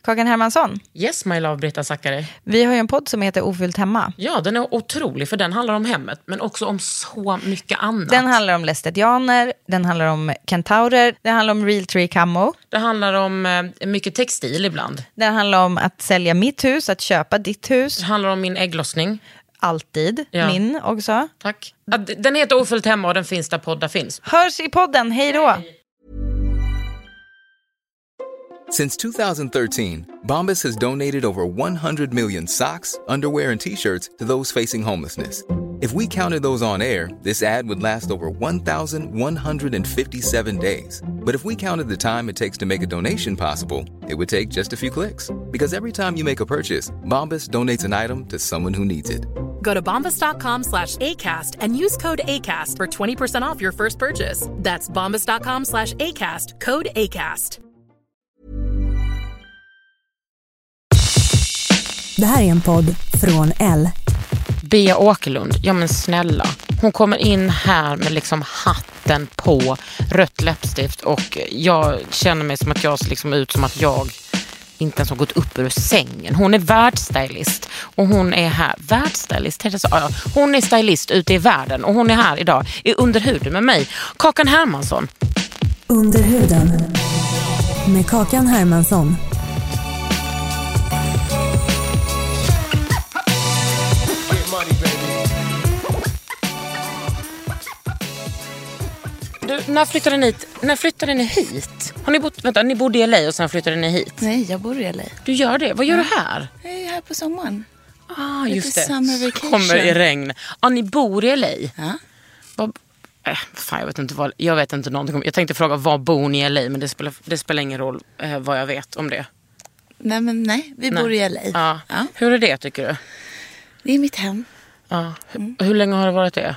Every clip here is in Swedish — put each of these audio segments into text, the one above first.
Kakan Hermansson. Yes, my love, Britta Zackari. Vi har ju en podd som heter Ofyllt hemma. Ja, den är otrolig för den handlar om hemmet, men också om så mycket annat. Den handlar om lästetianer, den handlar om kentaurer, den handlar om Realtree Camo. Det handlar om mycket textil ibland. Den handlar om att sälja mitt hus, att köpa ditt hus. Det handlar om min ägglossning. Alltid, min också. Tack. Den heter Ofyllt hemma och den finns där poddar finns. Hörs i podden, hej då! Since 2013, Bombas has donated over 100 million socks, underwear, and T-shirts to those facing homelessness. If we counted those on air, this ad would last over 1,157 days. But if we counted the time it takes to make a donation possible, it would take just a few clicks. Because every time you make a purchase, Bombas donates an item to someone who needs it. Go to bombas.com/ACAST and use code ACAST for 20% off your first purchase. That's bombas.com/ACAST, code ACAST. Det här är en podd från L. Bea Åkerlund, ja men snälla. Hon kommer in här med liksom hatten på, rött läppstift och jag känner mig som att jag ser liksom ut som att jag inte ens har gått upp ur sängen. Hon är världsstylist och hon är här. Världsstylist heter det så? Ja, hon är stylist ute i världen och hon är här idag i Underhuden med mig, Kakan Hermansson. Underhuden med Kakan Hermansson. Du, när flyttade ni hit? Har ni ni bodde i LA och sen flyttade ni hit? Nej, jag bor i LA. Du gör det? Vad gör du här? Jag är här på sommaren. Just det. Summer vacation. Kommer i regn. Ni bor i LA? Ja. Jag vet inte någonting om. Jag tänkte fråga, var bor ni i LA? Men det spelar ingen roll vad jag vet om det. Nej, vi bor i LA. Ja. Ja. Hur är det, tycker du? Det är mitt hem. Ja. Hur länge har det varit det?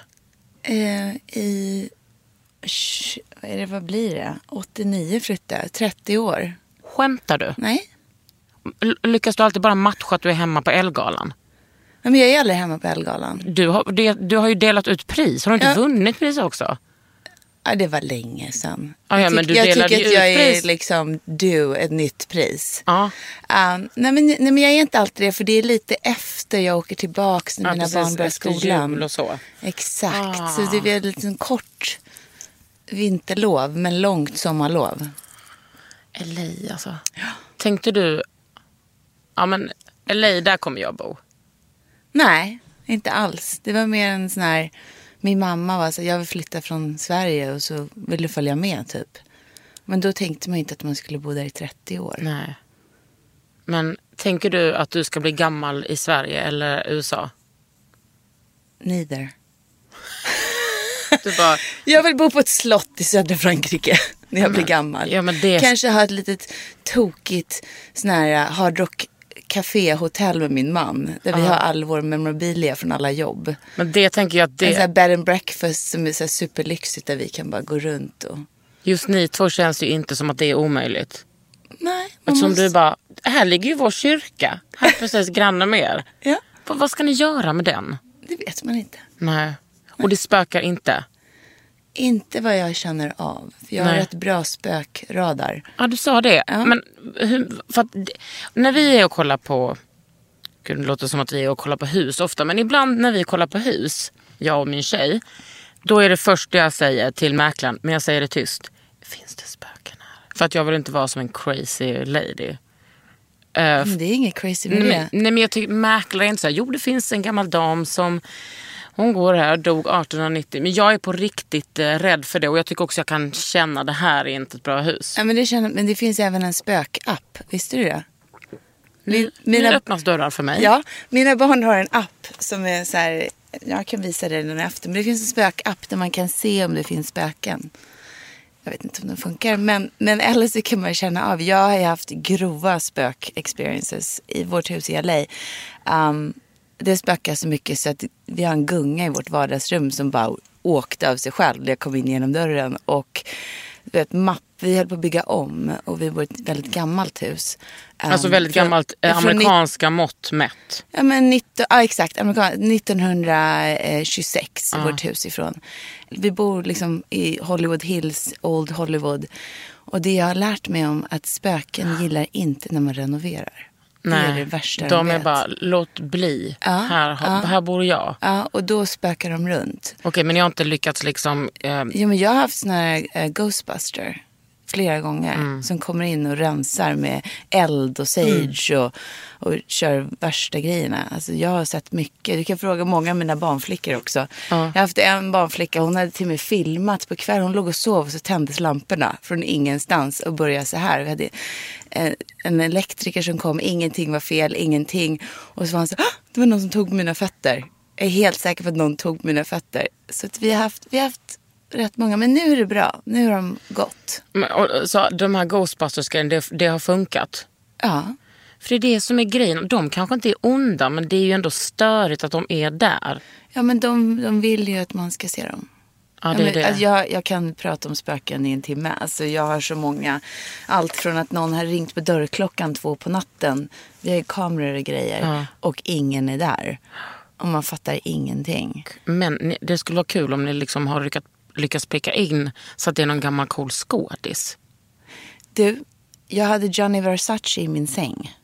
Vad blir det? 89 flyttade, 30 år. Skämtar du? Nej. Lyckas du alltid bara matcha att du är hemma på Elgalan? Men jag är aldrig hemma på Elgalan. Du har ju delat ut pris. Har du inte vunnit pris också? Ja, det var länge sedan. Men du delade jag tycker ju att jag ut pris. är liksom ett nytt pris. Ja. Nej, men jag är inte alltid det. För det är lite efter jag åker tillbaka när mina barn börjar skolan. Jul och så. Exakt. Så det är lite en kort vinterlov men långt sommarlov. LA alltså. Ja. Tänkte du, men LA, där kommer jag bo. Nej, inte alls. Det var mer en sån här, min mamma var så, jag vill flytta från Sverige och så vill du följa med typ. Men då tänkte man inte att man skulle bo där i 30 år. Nej. Men tänker du att du ska bli gammal i Sverige eller USA? Neither. Du jag vill bo på ett slott i södra Frankrike när jag blir gammal. Ja, men det... Kanske ha ett litet tokigt sån här Hard Rock café, hotell med min man. Där vi har all vår memorabilia från alla jobb. Men det tänker jag att det... En sån här bed and breakfast som är så här superlyxigt där vi kan bara gå runt och... Just ni två känns ju inte som att det är omöjligt. Nej. Eftersom du bara, här ligger ju vår kyrka. Här precis grannar med er. Ja. Vad ska ni göra med den? Det vet man inte. Nej. Och det spökar inte? Inte vad jag känner av. För jag har ett bra spökradar. Ja, du sa det. Ja. Men för att, när vi är och kollar på... Gud, det låter som att vi är och kollar på hus ofta. Men ibland när vi kollar på hus, jag och min tjej, då är det första jag säger till mäklaren, men jag säger det tyst. Finns det spöken här? För att jag vill inte vara som en crazy lady. Men det är inget crazy med det. Nej, men jag tycker mäklare är inte så här. Jo, det finns en gammal dam som... Hon går här, dog 1890. Men jag är på riktigt rädd för det. Och jag tycker också jag kan känna det här är inte ett bra hus. Ja, men det finns även en spökapp. Visste du det? Nu öppnas dörrar för mig. Ja, mina barn har en app som är så här... Jag kan visa det den efter. Men det finns en spökapp där man kan se om det finns spöken. Jag vet inte om den funkar. Men eller så kan man känna av. Jag har haft grova spök-experiences i vårt hus i LA. Det spökar så mycket så att vi har en gunga i vårt vardagsrum som bara åkte av sig själv när jag kom in genom dörren. Och vi höll på att bygga om och vi bor i ett väldigt gammalt hus. Alltså väldigt gammalt, amerikanska mått mätt. Ja, men exakt. 1926 är vårt hus ifrån. Vi bor liksom i Hollywood Hills, Old Hollywood. Och det jag har lärt mig om att spöken gillar inte när man renoverar. Nej, det är det värsta de är vet. bara, låt bli. Här bor jag. Ja, och då spökar de runt. Okej, men jag har inte lyckats liksom... Ja, men jag har haft såna här Ghostbuster flera gånger som kommer in och rensar med eld och sage och kör värsta grejerna. Alltså jag har sett mycket. Du kan fråga många av mina barnflickor också. Jag har haft en barnflicka, hon hade till och med filmat på kvällen. Hon låg och sov och så tändes lamporna från ingenstans och började så här. Vi hade en elektriker som kom, ingenting var fel, ingenting. Och så var han så, det var någon som tog mina fötter. Jag är helt säker på att någon tog mina fötter. Så att vi har haft rätt många, men nu är det bra. Nu har de gått. Så de här Ghostbusters-grejerna, det har funkat? Ja. För det är det som är grejen. De kanske inte är onda, men det är ju ändå störigt att de är där. Ja, men de vill ju att man ska se dem. Ja, det är det. Alltså jag kan prata om spöken i en timme. Alltså jag har så många. Allt från att någon har ringt på dörrklockan 2 på natten. Vi har ju kameror och grejer. Och ingen är där. Och man fattar ingenting. Men det skulle vara kul om ni liksom har lyckats pricka in så att det är någon gammal cool skådis. Du, jag hade Gianni Versace i min säng.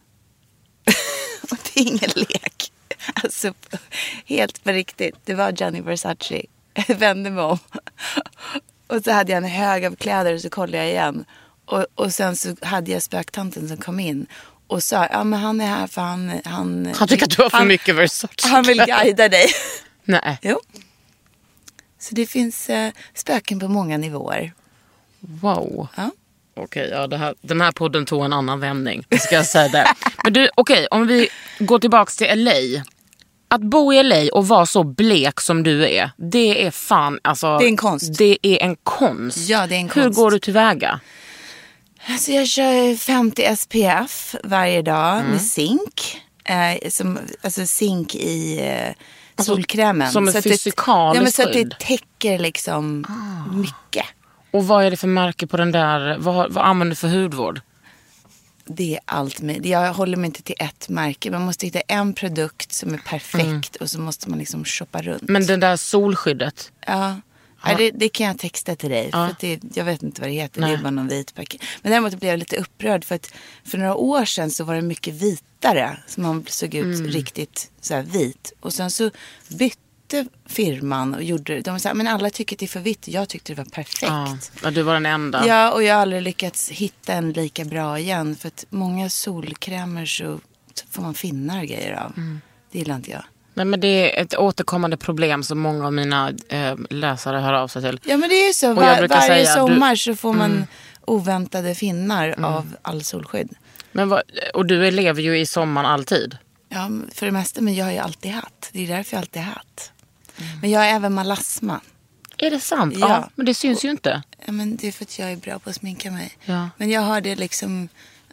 Och det är ingen lek. Alltså, helt på riktigt. Det var Gianni Versace. Jag vände mig om. Och så hade jag en hög av kläder och så kollade jag igen. Och sen så hade jag spöktanten som kom in. Och sa, ja men han är här för han tycker att du har för mycket Versace. Han vill guida dig. Nej. Jo. Så det finns spöken på många nivåer. Wow. Ja. Okej, den här podden tog en annan vändning. Ska jag säga det. Men du, om vi går tillbaka till LA. Att bo i LA och vara så blek som du är, det är fan, alltså... Det är en konst. Det är en konst. Ja, det är en konst. Hur går du tillväga? Alltså jag kör 50 SPF varje dag med zink. Alltså zink i solkrämen. Som en så fysikalisk ja, men så att skydd. det täcker liksom mycket. Och vad är det för märke på den där? Vad använder du för hudvård? Det är allt med. Jag håller mig inte till ett märke. Man måste hitta en produkt som är perfekt och så måste man liksom shoppa runt. Men det där solskyddet? Ja. Det kan jag texta till dig. För att jag vet inte vad det heter. Nej. Det är bara någon vit paket. Men däremot blev jag lite upprörd. För att för några år sedan så var det mycket vitare. Så man såg ut riktigt så här vit. Och sen så bytte firman och gjorde det. De sa, men alla tycker att det är för vitt. Jag tyckte det var perfekt. Ja, du var den enda. Ja, och jag har aldrig lyckats hitta en lika bra igen. För att många solkrämer så får man finnar och grejer av. Det gillar inte jag. Nej, men det är ett återkommande problem som många av mina läsare hör av sig till. Ja, men det är ju så. Varje sommar så får man oväntade finnar av all solskydd. Men och du lever ju i sommaren alltid. Ja, för det mesta. Men jag har ju alltid hatt. Det är därför jag alltid har hatt. Men jag har även malasma. Är det sant? Ja. Men det syns ju inte. Ja, men det är för att jag är bra på att sminka mig. Ja. Men jag har det liksom...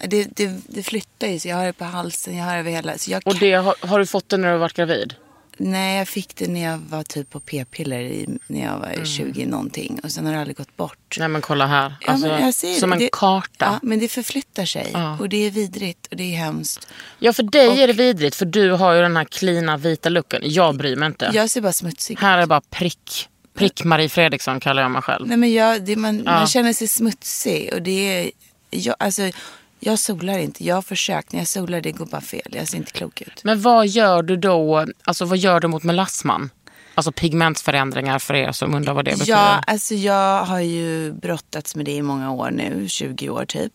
Det flyttar ju, så jag har det på halsen, jag har det över hela... Så jag och det har du fått det när du har varit gravid? Nej, jag fick det när jag var typ på p-piller när jag var 20 någonting. Och sen har det aldrig gått bort. Nej, men kolla här. Ja, alltså, men jag ser som en karta. Ja, men det förflyttar sig. Och det är vidrigt och det är hemskt. Ja, för dig är det vidrigt. För du har ju den här klina vita looken. Jag bryr mig inte. Jag ser bara smutsig. Här är bara prick Marie Fredriksson kallar jag mig själv. Nej, men man känner sig smutsig. Och det är... Jag solar inte. Jag har försökt. När jag solar det går bara fel. Jag ser inte klok ut. Men vad gör du då? Alltså vad gör du mot melasman? Alltså pigmentförändringar för er som undrar vad det betyder. Ja, alltså jag har ju brottats med det i många år nu. 20 år typ.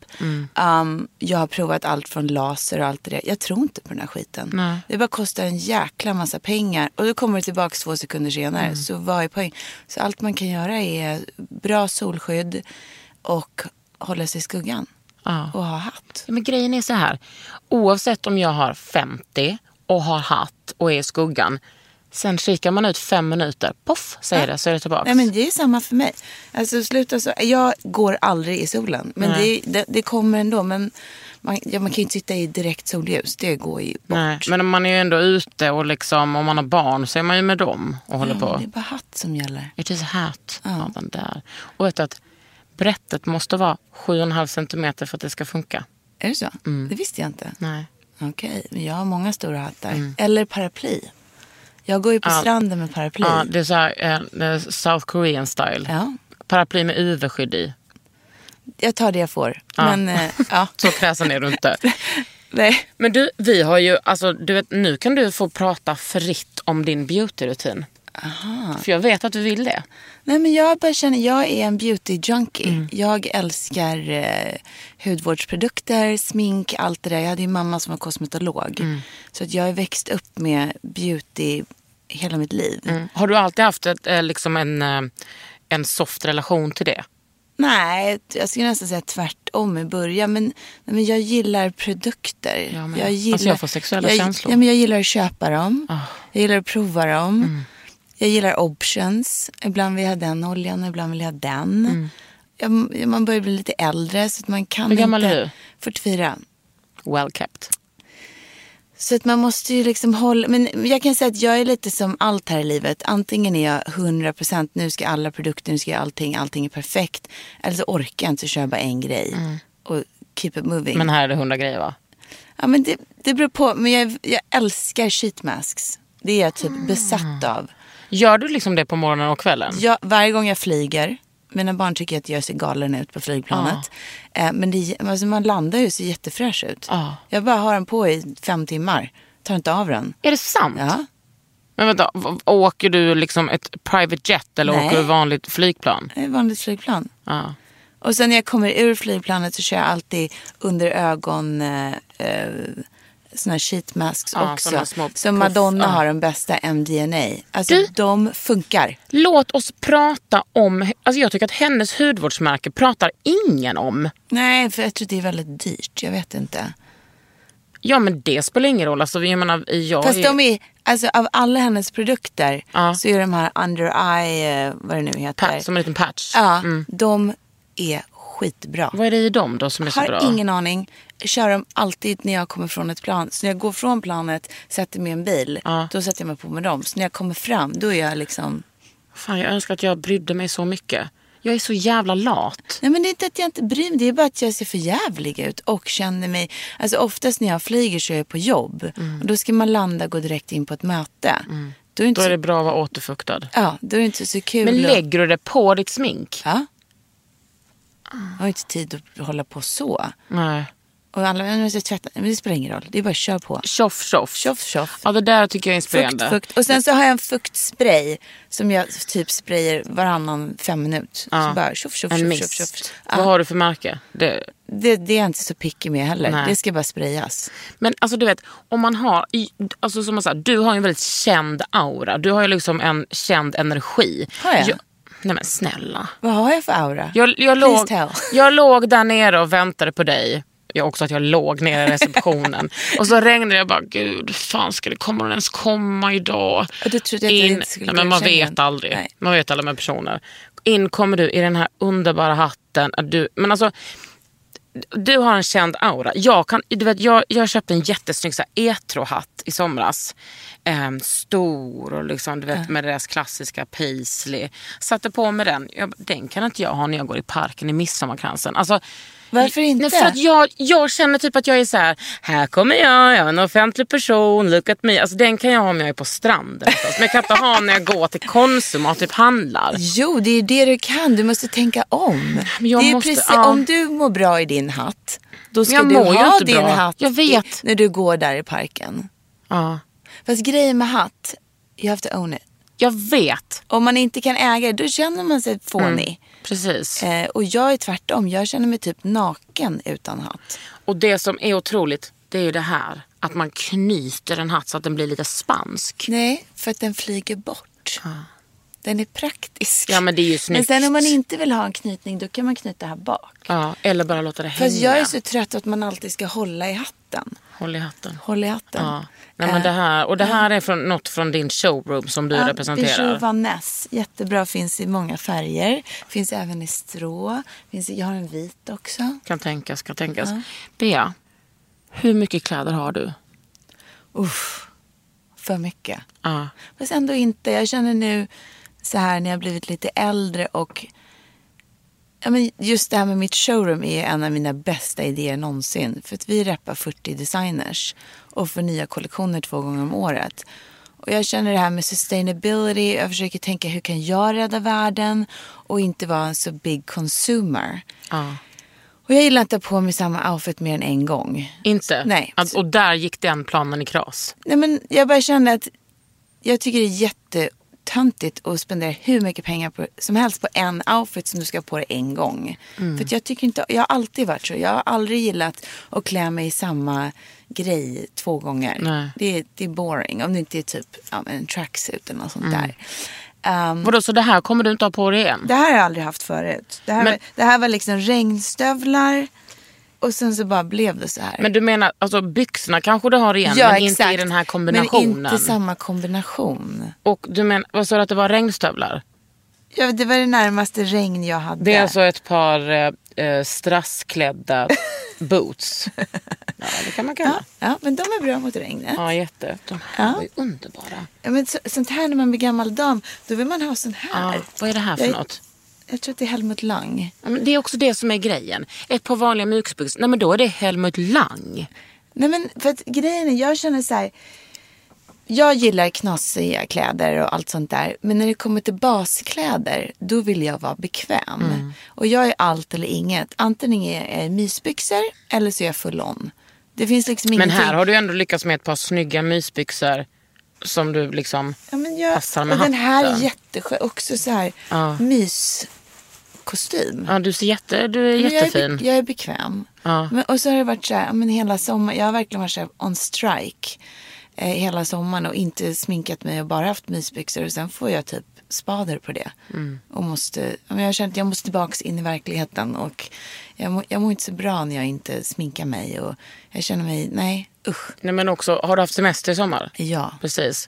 Jag har provat allt från laser och allt det där. Jag tror inte på den här skiten. Nej. Det bara kostar en jäkla massa pengar. Och då kommer det tillbaka 2 sekunder senare. Så vad är poäng? Så allt man kan göra är bra solskydd och hålla sig i skuggan. Och ha hatt. Ja, men grejen är så här. Oavsett om jag har 50 och har hatt och är i skuggan. Sen kikar man ut 5 minuter. Poff, säger det, så är det tillbaka. Nej, men det är samma för mig. Alltså sluta så. Jag går aldrig i solen. Men det kommer ändå. Men man kan ju inte sitta i direkt solljus. Det går ju bort. Nej, men om man är ju ändå ute och liksom, om man har barn så är man ju med dem och håller på. Det är bara hatt som gäller. It is a hat. Ja, den där. Och vet du att brättet måste vara 7,5 centimeter för att det ska funka. Är det så? Det visste jag inte. Nej. Okej, men jag har många stora hattar. Eller paraply. Jag går ju på stranden med paraply. Ja, det är så här South Korean style. Ja. Paraply med UV-skydd i. Jag tar det jag får. Ja. Men ja. Så kräsen är du inte. Nej. Men du, vi har ju, alltså du vet, nu kan du få prata fritt om din beautyrutin. Aha. För jag vet att du vill det. Nej, men jag bara känner, jag är en beauty junkie. Jag älskar hudvårdsprodukter, smink, allt det där. Jag hade ju mamma som var kosmetolog. Så att jag har växt upp med beauty hela mitt liv. Har du alltid haft liksom en soft relation till det? Nej, jag skulle nästan säga tvärtom i början. Men jag gillar produkter. Jag får sexuella känslor. Ja, men jag gillar att köpa dem. Jag gillar att prova dem. Jag gillar options. Ibland vill jag ha den oljan, ibland vill jag ha den. Man börjar bli lite äldre så att man kan inte... Hur gammal är du? 44. Well kept. Så att man måste ju liksom hålla... Men jag kan säga att jag är lite som allt här i livet. Antingen är jag 100%, nu ska alla produkter, nu ska jag allting är perfekt. Eller så orkar jag inte köra bara en grej. Och keep it moving. Men här är det 100 grejer, va? Ja, men det beror på. Men jag älskar sheet masks. Det är jag typ besatt av. Gör du liksom det på morgonen och kvällen? Ja, varje gång jag flyger. Mina barn tycker att jag ser galen ut på flygplanet. Men alltså man landar ju så jättefräsch ut. Jag bara har den på i 5 timmar. Tar inte av den. Är det sant? Ja. Men vänta, åker du liksom ett private jet eller Nej. åker du vanligt flygplan? Det är vanligt flygplan. Ja. Och sen när jag kommer ur flygplanet så kör jag alltid under ögon såna här sheet masks också. Så Madonna har den bästa MDNA. Alltså de funkar. Låt oss prata om... Alltså jag tycker att hennes hudvårdsmärke pratar ingen om. Nej, för jag tror det är väldigt dyrt. Jag vet inte. Ja, men det spelar ingen roll. Alltså, jag menar, fast de är... Alltså av alla hennes produkter så är de här under eye... vad det nu heter. Som en liten patch. Ja, de är skitbra. Vad är det i dem då som är så bra? Har ingen aning. Jag kör dem alltid när jag kommer från ett plan. Så när jag går från planet, sätter mig i en bil, då sätter jag mig på med dem. Så när jag kommer fram, då är jag liksom... Fan, jag önskar att jag brydde mig så mycket. Jag är så jävla lat. Nej, men det är inte att jag inte bryr mig. Det är bara att jag ser för jävlig ut och känner mig... Alltså oftast när jag flyger så är jag på jobb. Och då ska man landa och gå direkt in på ett möte. Då är det bra att vara återfuktad. Ja, då är det inte så kul. Men lägger du det på ditt smink? Ja. Jag har inte tid att hålla på så. Nej. Och alla måste tvätta. Men det spelar ingen roll. Det är bara att köra på. Tjoff. Ja, det där tycker jag är inspirerande. Fukt. Och sen så har jag en fuktspray som jag typ sprayar varannan 5 minuter. Så bara tjoff. Vad har du för märke? Det är jag inte så picky med heller. Nej. Det ska bara sprayas. Men alltså du vet, om man har... Alltså som man säger, du har ju en väldigt känd aura. Du har ju liksom en känd energi. Har jag? Nej men snälla. Vad har jag för aura? Jag låg där nere och väntade på dig. Jag också att jag låg nere i receptionen. Och så regnade jag bara, gud, fan ska det komma ens komma idag? Och du trodde att jag inte skulle... Nej, men man vet aldrig. Nej. Man vet aldrig med personer. In kommer du i den här underbara hatten. Men alltså, du har en känd aura. Jag köpte en jättesnygg etro-hatt i somras. Stor och liksom, du vet, med deras klassiska paisley. Satte på med den. Den kan inte jag ha när jag går i parken i midsommarkransen. Alltså, varför inte? För att jag känner typ att jag är så här kommer jag är en offentlig person, look at me. Alltså den kan jag ha om jag är på stranden. Men jag kan inte ha när jag går till Konsum och typ handlar. Jo, det är det du kan. Du måste tänka om. Om du mår bra i din hatt, då ska du ha din hatt när du går där i parken. Ja. Fast grejen med hatt, you have to own it. Jag vet. Om man inte kan äga det, då känner man sig fånig. Precis. Och jag är tvärtom. Jag känner mig typ naken utan hatt. Och det som är otroligt, det är ju det här. Att man knyter en hatt så att den blir lite spansk. Nej, för att den flyger bort. Den är praktisk. Ja, men det är ju snyggt. Men sen om man inte vill ha en knytning, då kan man knyta här bak. Ja, eller bara låta det hänga. Fast jag är så trött att man alltid ska hålla i hatten. Håll i hatten. Ja. Nej, men det här är något från din showroom som du representerar. Bijou Vaness. Jättebra, finns i många färger. Finns även i strå. Jag har en vit också. Kan tänkas. Bea, hur mycket kläder har du? För mycket. Ja. Fast ändå inte. Jag känner nu så här när jag blivit lite äldre och men just det här med mitt showroom är en av mina bästa idéer någonsin. För att vi reppar 40 designers och får nya kollektioner 2 gånger om året. Och jag känner det här med sustainability. Jag försöker tänka hur kan jag rädda världen och inte vara en så big consumer. Och jag gillar inte att ha på mig samma outfit mer än en gång. Inte? Nej. Och där gick den planen i kras? Nej, men jag bara kände att jag tycker det är jättetöntigt att spendera hur mycket pengar som helst på en outfit som du ska ha på dig en gång. För att jag tycker inte, jag har alltid varit så. Jag har aldrig gillat att klä mig i samma grej 2 gånger. Nej. Det är boring. Om det inte är typ en tracksuit eller något sånt där. Vadå, så det här kommer du inte ha på dig igen? Det här har jag aldrig haft förut. Det här var liksom regnstövlar. Och sen så bara blev det så här. Men du menar, alltså byxorna kanske du har igen, men exakt. Inte i den här kombinationen. Men inte samma kombination. Och du menar, vad sa du att det var regnstövlar? Ja, det var det närmaste regn jag hade. Det är alltså ett par strassklädda boots. Ja, det kan man kalla. Ja, men de är bra mot regnet. Ja, jätte. De här var ju underbara. Ja, men sånt här när man blir gammal dam, då vill man ha sån här. Ja, vad är det här för något? Jag tror att det är Helmut Lang. Ja, men det är också det som är grejen. Ett par vanliga mjukisbyxor. Nej, men då är det Helmut Lang. Nej, men för att grejen är, jag känner så här. Jag gillar knasiga kläder och allt sånt där. Men när det kommer till baskläder, då vill jag vara bekväm. Och jag är allt eller inget. Antingen är jag mysbyxor eller så är jag full on. Det finns liksom ingenting. Men här har du ändå lyckats med ett par snygga mysbyxor som du liksom passar med. Och den här är jätteskön. Också så här myskostym. Ja, du är jättefin. Jag är bekväm. Ja. Och så har det varit så här, men hela sommaren. Jag har verkligen varit så här on strike hela sommaren och inte sminkat mig och bara haft mysbyxor. Och sen får jag typ spader på det. Och jag har känt att jag måste tillbaka in i verkligheten. Och jag mår inte så bra när jag inte sminkar mig. Och jag känner mig, nej, usch. Nej, men också, har du haft semester i sommar? Ja. Precis.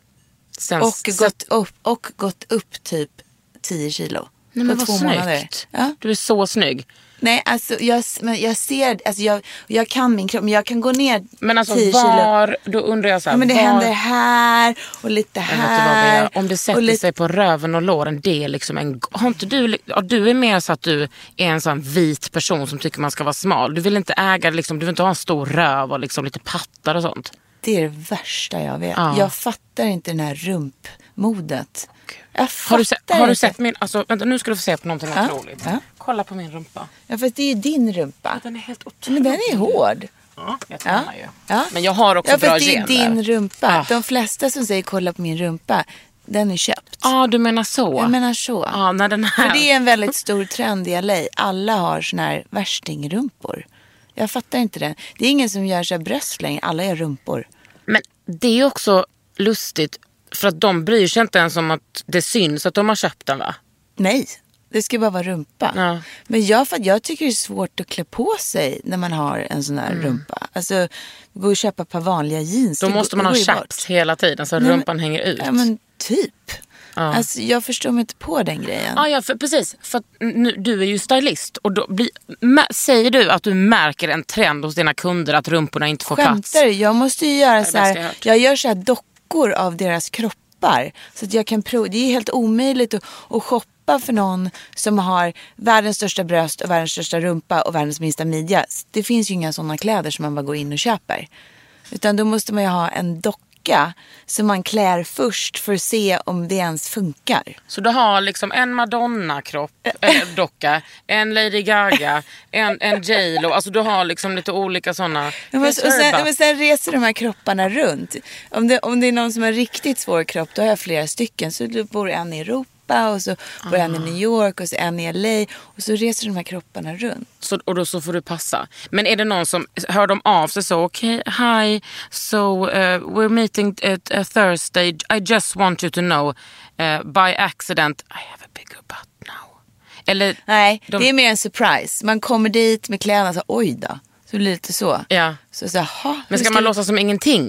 Och gått upp typ 10 kilo. Nej, men på 2 månader. Ja? Du är så snygg. Nej, alltså jag ser, alltså jag kan min kropp, men jag kan gå ner 10 kilo. Men alltså var, då undrar jag så här, men det händer här och lite här. Om det sätter sig på röven och låren, det är liksom har inte du är mer så att du är en sån vit person som tycker man ska vara smal. Du vill inte äga liksom, du vill inte ha en stor röv och liksom lite pattar och sånt. Det är det värsta jag vet. Ja. Jag fattar inte den här rumpmodet. Har du sett min, alltså vänta, nu ska du få se på någonting otroligt. Ja. Kolla på min rumpa. Ja, fast det är ju din rumpa. Den är helt otrolig. Men den är hård. Ja, jag tränar ju. Ja. Men jag har också bra gener. Ja, fast det är din rumpa. De flesta som säger kolla på min rumpa, den är köpt. Ja, du menar så. Jag menar så. Ja, när den här. För det är en väldigt stor trend i LA. Alla har såna här värstingrumpor. Jag fattar inte det. Det är ingen som gör så här bröst längre. Alla gör rumpor. Men det är också lustigt. För att de bryr sig inte ens om att det syns att de har köpt den, va? Nej, det ska bara vara rumpa. Ja. Men jag tycker det är svårt att klä på sig när man har en sån här rumpa. Alltså, gå och köpa ett par vanliga jeans. Då måste man ha chaps hela tiden så att rumpan hänger ut. Ja, men typ. Ja. Alltså, jag förstår mig inte på den grejen. Ja, precis. För att du är ju stylist. Och då säger du att du märker en trend hos dina kunder att rumporna inte får plats? Skämtar du? Jag måste ju göra så här. Jag gör så här dockor av deras kroppar. Så att jag kan prova. Det är helt omöjligt att shoppa för någon som har världens största bröst och världens största rumpa och världens minsta midja. Det finns ju inga sådana kläder som man bara går in och köper. Utan då måste man ju ha en docka som man klär först för att se om det ens funkar. Så du har liksom en Madonna-kropp, docka, en Lady Gaga, en J.Lo. Alltså du har liksom lite olika sådana. Men sen reser de här kropparna runt. Om det är någon som har riktigt svår kropp, då har jag flera stycken. Så du bor en i Europa och så bor en i New York och så en i LA. Och så reser de här kropparna runt. Och då så får du passa. Men är det någon som hör dem av sig så, okej, hi, so we're meeting at Thursday. I just want you to know by accident I have a bigger butt now. Eller, nej, det är mer en surprise. Man kommer dit med kläderna och så, oj då. Så blir det lite så. Ja. Men ska man låtsas som ingenting?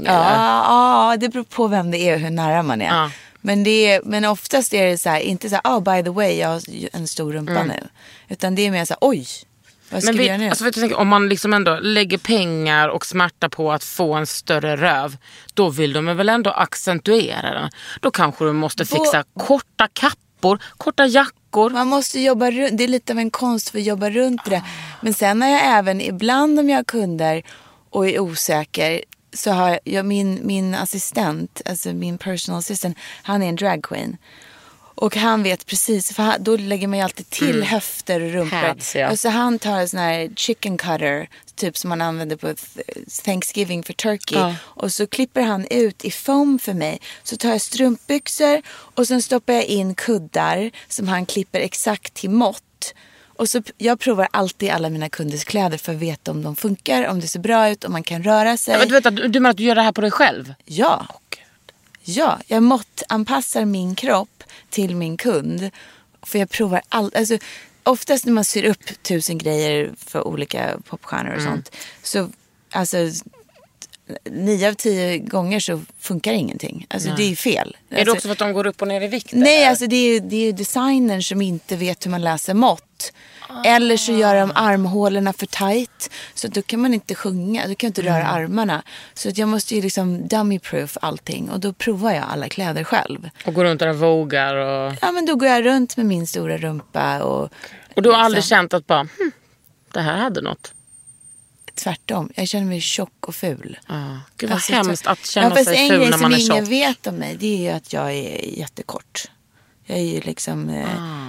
Ja, det beror på vem det är och hur nära man är. Ja. Men oftast är det så här, inte så här, by the way, jag har en stor rumpa nu. Utan det är mer så här, oj, vad ska vi göra nu? Alltså, vet du, om man liksom ändå lägger pengar och smärta på att få en större röv, då vill de väl ändå accentuera den. Då kanske du måste fixa korta kappor, korta jackor. Man måste jobba runt, det är lite av en konst för att jobba runt det. Men sen har jag även, ibland om jag har kunder och är osäker, så har jag min assistent, alltså min personal assistant, han är en drag queen. Och han vet precis, för då lägger man ju alltid till höfter och rumpor. Pads, ja. Och så han tar en sån här chicken cutter, typ som man använder på Thanksgiving för turkey. Ja. Och så klipper han ut i foam för mig. Så tar jag strumpbyxor och sen stoppar jag in kuddar som han klipper exakt till mått. Och så jag provar alltid alla mina kunders kläder för att veta om de funkar, om det ser bra ut, om man kan röra sig. Ja, men du menar att du gör det här på dig själv? Ja. Ja, jag måttanpassar min kropp till min kund. För jag provar allt. Alltså, oftast när man syr upp 1000 grejer för olika popstjärnor och sånt. Så alltså 9 av 10 gånger så funkar ingenting. Alltså det är ju fel. Är det också för att de går upp och ner i vikt? Nej, alltså det är ju designern som inte vet hur man läser mått. Eller så gör de armhålorna för tight. Så då kan man inte sjunga. Då kan jag inte röra armarna. Så att jag måste ju liksom dummy-proof allting. Och då provar jag alla kläder själv. Och går runt och vågar och... Ja, men då går jag runt med min stora rumpa. Och du har aldrig känt att bara, det här hade något? Tvärtom. Jag känner mig tjock och ful. Gud vad Alltså, hemskt att känna sig ful när man är tjock. En grej som ingen vet om mig, det är ju att jag är jättekort. Jag är ju liksom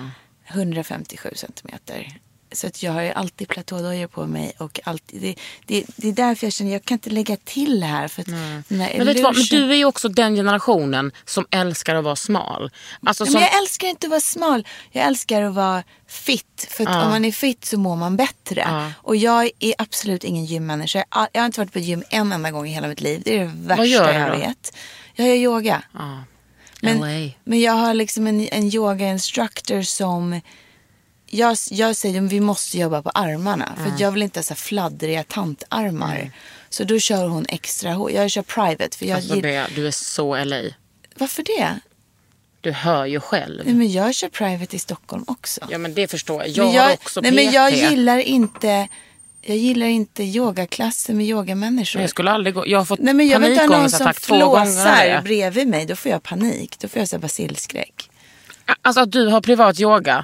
157 centimeter. Så att jag har ju alltid platådojor på mig. Och alltid, det är därför jag känner att jag kan inte lägga till här. För att men vet du vad, men du är ju också den generationen som älskar att vara smal. Alltså, men jag älskar inte att vara smal. Jag älskar att vara fit. För att om man är fit så mår man bättre. Och jag är absolut ingen gymmänniska. Jag har inte varit på gym en enda gång i hela mitt liv. Det är det värsta jag vet. Jag gör yoga. Men jag har liksom en yoga instructor som... Jag säger att vi måste jobba på armarna. För jag vill inte ha så fladdriga tantarmar. Så då kör hon extra hårt. Jag kör private. För du är så LA. Varför det? Du hör ju själv. Nej, men jag kör private i Stockholm också. Ja, men det förstår jag. Jag har också PT. Nej, men jag gillar inte yogaklasser med yogamänniskor. Jag skulle aldrig gå. Jag har fått jag vill inte ha någon som 2 gånger bredvid mig. Då får jag panik. Då får jag så basilskräck. Alltså att du har privat yoga,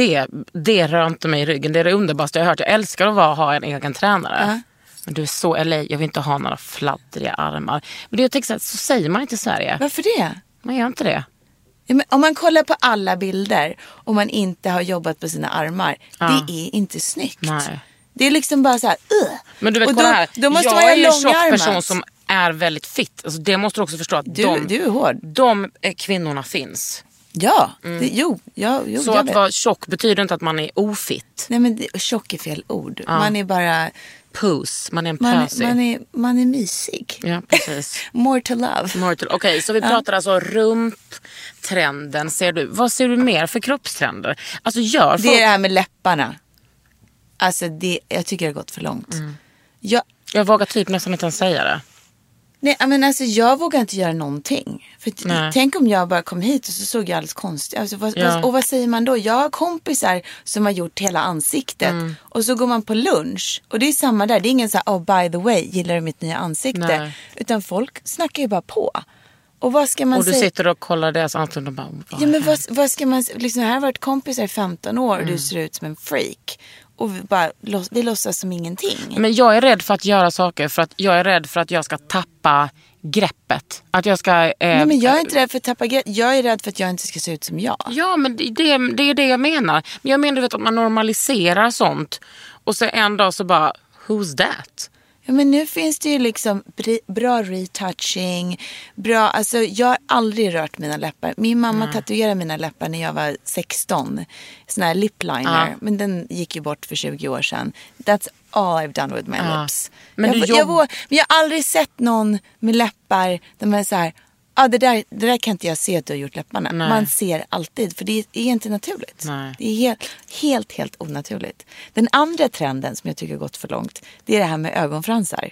det rör inte mig i ryggen. Det är det underbaraste jag har hört. Jag älskar att ha en egen tränare. Men du är så LA. Jag vill inte ha några fladdriga armar. Men det jag tänker så säger man inte i Sverige. Varför det? Man gör inte det. Ja, men om man kollar på alla bilder och man inte har jobbat på sina armar, det är inte snyggt. Nej. Det är liksom bara så här. Men du vet, och här. Då måste jag är ju en tjock armat. person som är väldigt fit. Alltså, det måste du också förstå att du är hård. De kvinnorna finns. Ja, så att vara tjock betyder inte att man är ofit. Nej, men tjock är fel ord. Man är bara... Puss, man är en pösig. Man är mysig. Ja, precis. More to love. Okej, så vi pratar alltså rumptrenden. Vad ser du mer för kroppstrender? Alltså det är det här med läpparna. Alltså jag tycker det har gått för långt. Jag vågar typ nästan inte ens säga det. Nej, men alltså jag vågar inte göra någonting. För tänk om jag bara kom hit och så såg jag alldeles konstigt. Alltså, och vad säger man då? Jag har kompisar som har gjort hela ansiktet. Och så går man på lunch. Och det är samma där. Det är ingen så här, by the way, gillar du mitt nya ansikte? Nej. Utan folk snackar ju bara på. Och vad ska man säga? Och du sitter och kollar deras ansikten och bara... Ja, men vad ska man... Liksom, här har varit kompisar i 15 år och du ser ut som en freak. Och vi låtsas som ingenting. Men jag är rädd för att göra saker. För att jag är rädd för att jag ska tappa greppet. Att jag ska... Nej, men jag är inte rädd för att tappa greppet. Jag är rädd för att jag inte ska se ut som jag. Ja, men det är det jag menar. Men jag menar att man normaliserar sånt. Och så en dag så bara, who's that? Ja, men nu finns det ju liksom bra retouching. Alltså jag har aldrig rört mina läppar. Min mamma tatuerade mina läppar när jag var 16. Sån här lip liner. Men den gick ju bort för 20 år sedan. That's all I've done with my lips. Men jag har aldrig sett någon med läppar där man är så här... det där kan inte jag se att du har gjort läpparna. Nej. Man ser alltid, för det är inte naturligt. Nej. Det är helt onaturligt. Den andra trenden som jag tycker har gått för långt, det är det här med ögonfransar.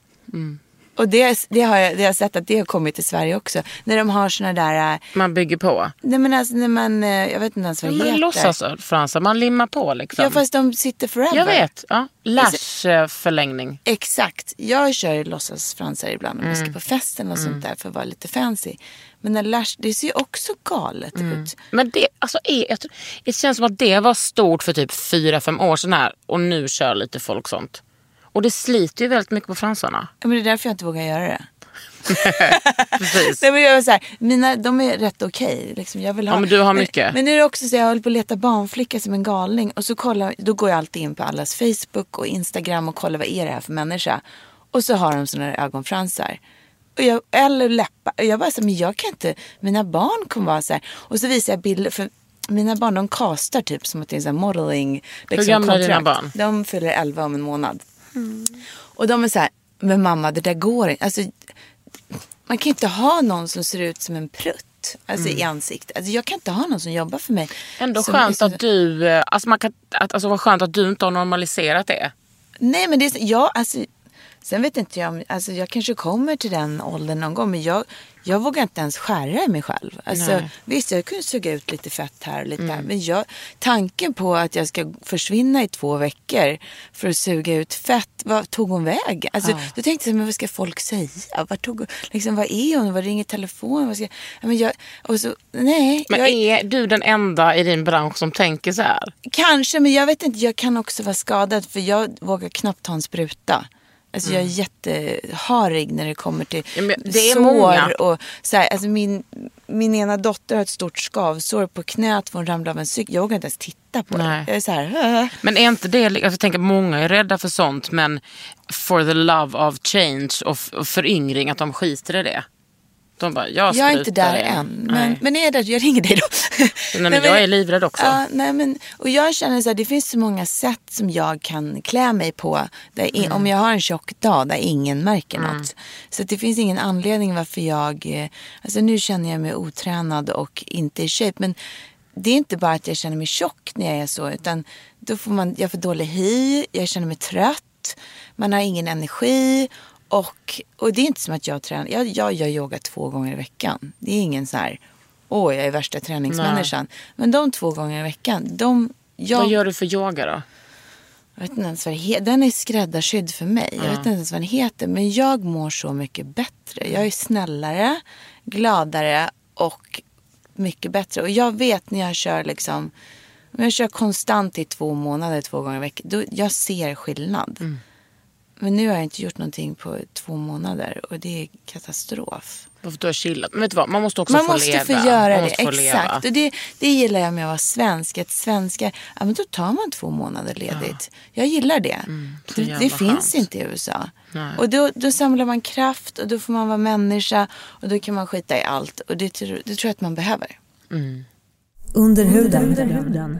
Och det har jag sett att det har kommit till Sverige också. När de har såna där... Man bygger på. Nej, men alltså när man... Jag vet inte ens vad det heter. Man låtsas fransar, man limmar på liksom. Ja, fast de sitter forever. Jag vet, ja. Lash-förlängning. Exakt. Jag kör låtsasfransar ibland om jag ska på festen och sånt där för att vara lite fancy. Men när lash, det ser ju också galet ut. Men det, alltså, det känns som att det var stort för typ 4-5 år sedan här. Och nu kör lite folk sånt. Och det sliter ju väldigt mycket på fransarna. Men det är därför jag inte vågar göra det. Precis. Nej, men jag var så här, de är rätt okej. Liksom, jag vill ha, men du har mycket. Men nu är det också så jag håller på att leta barnflicka som en galning. Och så då går jag alltid in på allas Facebook och Instagram och kollar vad är det här för människa. Och så har de såna ögonfransar. Eller läppar. Och jag bara så här, men jag kan inte, mina barn kommer vara så här. Och så visar jag bilder, för mina barn de castar typ som att det är så här modeling. Liksom, hur gamla är dina barn? De fyller 11 om en månad. Och de är så här, men mamma det där går inte. Alltså, man kan inte ha någon som ser ut som en prutt. Alltså i ansiktet. Alltså, jag kan inte ha någon som jobbar för mig. Ändå skönt att du, alltså vad skönt att du inte har normaliserat det. Nej men det är ja, alltså. Sen vet inte jag, alltså jag kanske kommer till den åldern någon gång, men jag vågar inte ens skära i mig själv. Alltså, visst, jag kunde suga ut lite fett här och lite där, men tanken på att jag ska försvinna i 2 veckor för att suga ut fett, vad tog hon väg? Alltså, då tänkte jag, men vad ska folk säga? Vad är hon? Vad ringer telefon? Men är du den enda i din bransch som tänker så här? Kanske, men jag vet inte, jag kan också vara skadad för jag vågar knappt ta en spruta. Alltså jag är jätteharig när det kommer till det är sår många. och så här, alltså min ena dotter har ett stort skavsår på knät för hon ramlade av en cykel. Jag vågar inte ens titta på det. Jag är så här. Men är inte det, jag tänker många är rädda för sånt, men for the love of change och föryngring, att de skiter i det. De bara, jag är inte där än. Men är det, jag ringer dig då. Nej, men jag är livrädd också. Och jag känner så här, det finns så många sätt som jag kan klä mig på. Där om jag har en tjock dag där ingen märker något. Så det finns ingen anledning varför alltså nu känner jag mig otränad och inte i shape. Men det är inte bara att jag känner mig tjock när jag är så. Utan då jag får dålig hy, jag känner mig trött. Man har ingen energi. Och det är inte som att jag tränar. Jag gör yoga 2 gånger i veckan. Det är ingen så här, jag är värsta träningsmänniskan. Men de 2 gånger i veckan, Vad gör du för yoga då? Jag vet inte ens vad det heter. Den är skräddarsydd för mig. Jag vet inte ens vad den heter. Men jag mår så mycket bättre. Jag är snällare, gladare och mycket bättre. Och jag vet när jag kör liksom, om jag kör konstant i 2 månader 2 gånger i veckan, jag ser skillnad. Men nu har jag inte gjort någonting på 2 månader och det är katastrof. Varför du har chillat? Men vet du vad, man måste också få leva. Man måste få göra det, exakt. Och det gillar jag med att vara svensk. Att svenskar, men då tar man 2 månader ledigt. Jag gillar det. Det finns inte i USA. Nej. Och då samlar man kraft och då får man vara människa och då kan man skita i allt. Och det tror jag att man behöver. Under huden.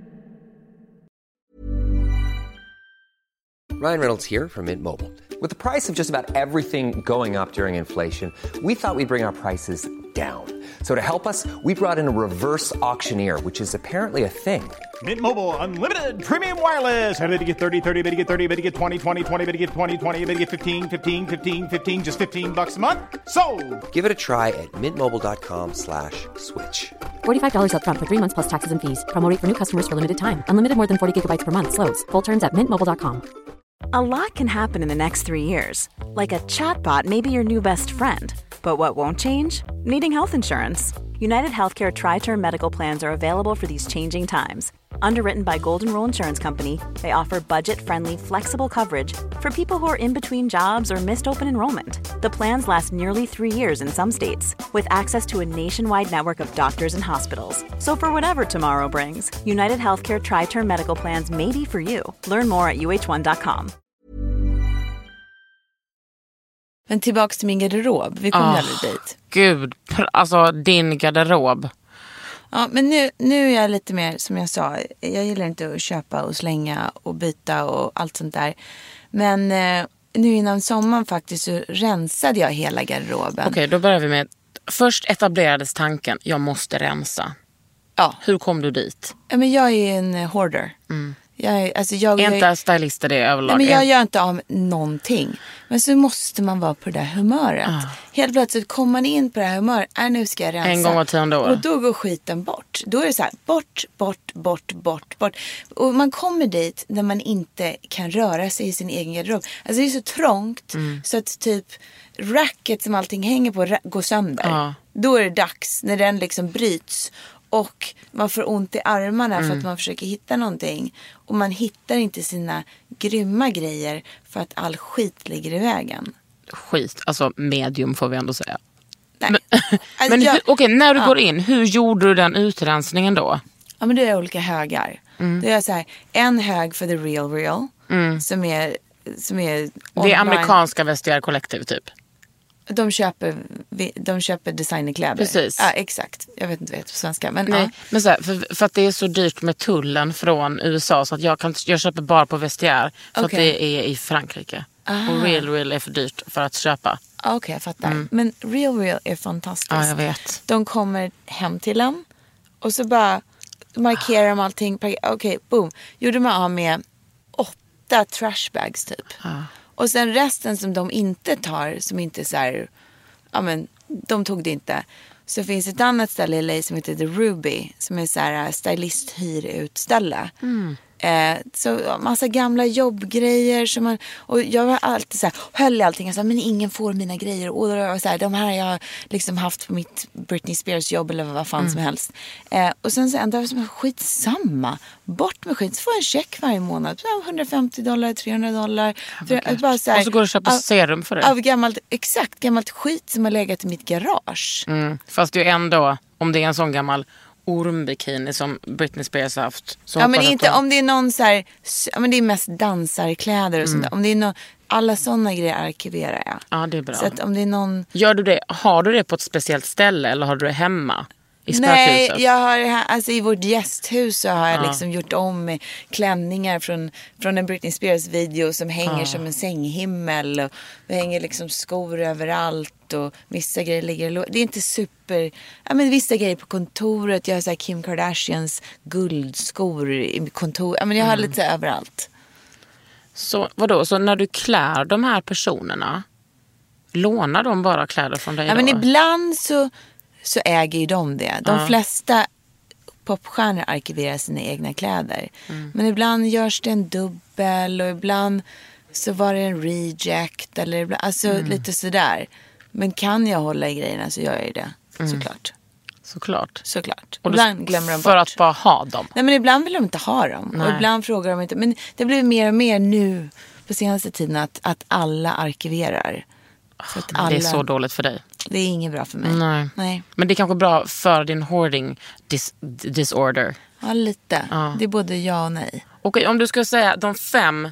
Ryan Reynolds here from Mint Mobile. With the price of just about everything going up during inflation, we thought we'd bring our prices down. So to help us, we brought in a reverse auctioneer, which is apparently a thing. Mint Mobile Unlimited Premium Wireless. How to get 30, 30, bit to get 30, bit to get 20, 20, 20, bit to get 20, 20, bit to get 15, 15, 15, 15, just $15 a month? Sold! Give it a try at mintmobile.com/switch. $45 up front for 3 months plus taxes and fees. Promo rate for new customers for limited time. Unlimited more than 40 gigabytes per month. Slows full terms at mintmobile.com. A lot can happen in the next 3 years. Like a chatbot may be your new best friend. But what won't change? Needing health insurance. United Healthcare Tri-Term Medical Plans are available for these changing times. Underwritten by Golden Rule Insurance Company, they offer budget-friendly, flexible coverage for people who are in between jobs or missed open enrollment. The plans last nearly 3 years in some states, with access to a nationwide network of doctors and hospitals. So for whatever tomorrow brings, United Healthcare Tri-Term Medical Plans may be for you. Learn more at uh1.com. Men tillbaka till min garderob. Vi kommer aldrig dit. Gud, alltså din garderob. Ja, men nu är jag lite mer, som jag sa, jag gillar inte att köpa och slänga och byta och allt sånt där. Men nu innan sommaren faktiskt så rensade jag hela garderoben. Okej, då börjar vi med, först etablerades tanken, jag måste rensa. Ja. Hur kom du dit? Ja, men jag är en hoarder. Inte stylister det överlag. Nej, men jag gör inte av någonting. Men så måste man vara på det där humöret. Helt plötsligt kommer man in på det här humöret. Nu ska jag rensa. En gång var 10:e år. Och då går skiten bort. Då är det så här, bort. Och man kommer dit där man inte kan röra sig i sin egen garderob. Alltså det är så trångt. Så att typ racket som allting hänger på går sönder. Då är det dags när den liksom bryts. Och man får ont i armarna för att man försöker hitta någonting. Och man hittar inte sina grymma grejer för att all skit ligger i vägen. skit. Alltså medium får vi ändå säga. Nej. Men när du går in, hur gjorde du den utrensningen då? Ja, men det är olika högar. Det är så här, en hög för the real. Som är det är amerikanska Vestiaire Collective typ. De köper designerkläder. Precis. Ja, exakt. Jag vet inte vad det heter på svenska. Men, nej. Men så här, för att det är så dyrt med tullen från USA så att jag köper bara på Vestiaire för att det är i Frankrike. Och real är för dyrt för att köpa. Okej, jag fattar. Men real är fantastiskt. Ja, jag vet. De kommer hem till en och så bara markerar de allting. Okej, boom. Gjorde man av med 8 trashbags typ. Och sen resten som de inte tar, som inte är så här, ja men de tog det inte. Så finns ett annat ställe i LA som heter The Ruby, som är så här stylist-hyrutställe. Så massa gamla jobbgrejer som man, och jag var alltid så här, höll i allting och så, men ingen får mina grejer och så här, de här jag har liksom haft på mitt Britney Spears jobb eller vad fan som helst. Och sen så ändå som skitsamma, bort med skit, så får jag en check varje månad, $150, $300. Bara så här, och så går du och köper serum för det. Av gammalt skit som har legat i mitt garage. Fast det är ändå, om det är en sån gammal ormbikini som Britney Spears har haft. Ja, men inte om det är någon så här, ja, men det är mest dansarkläder och sånt där. Om det är alla såna grejer arkiverar jag. Ja, det är bra. Så att om det är någon... Gör du det, har du det på ett speciellt ställe eller har du det hemma i spökhuset? Nej, jag har det här, alltså i vårt gästhus så har jag liksom gjort om med klänningar från en Britney Spears video som hänger som en sänghimmel och det hänger liksom skor överallt och vissa grejer ligger, det är inte super, ja men vissa grejer på kontoret, jag har så här Kim Kardashians guldskor i kontor, ja men jag har lite överallt. Så vadå, så när du klär de här personerna, lånar de bara kläder från dig? Ja, men ibland så äger ju de det. De flesta popstjärnor arkiverar sina egna kläder. Men ibland görs det en dubbel och ibland så var det en reject eller ibland, alltså lite sådär. Men kan jag hålla i grejerna så gör jag ju det, såklart. Och ibland glömmer de bort. För att bara ha dem? Nej, men ibland vill de inte ha dem. Nej. Och ibland frågar de inte. Men det blir mer och mer nu på senaste tiden att alla arkiverar. Så att alla... Det är så dåligt för dig. Det är inget bra för mig. Nej. Men det är kanske bra för din hoarding disorder. Ja, lite. Ja. Det är både ja och nej. Okej, om du skulle säga de fem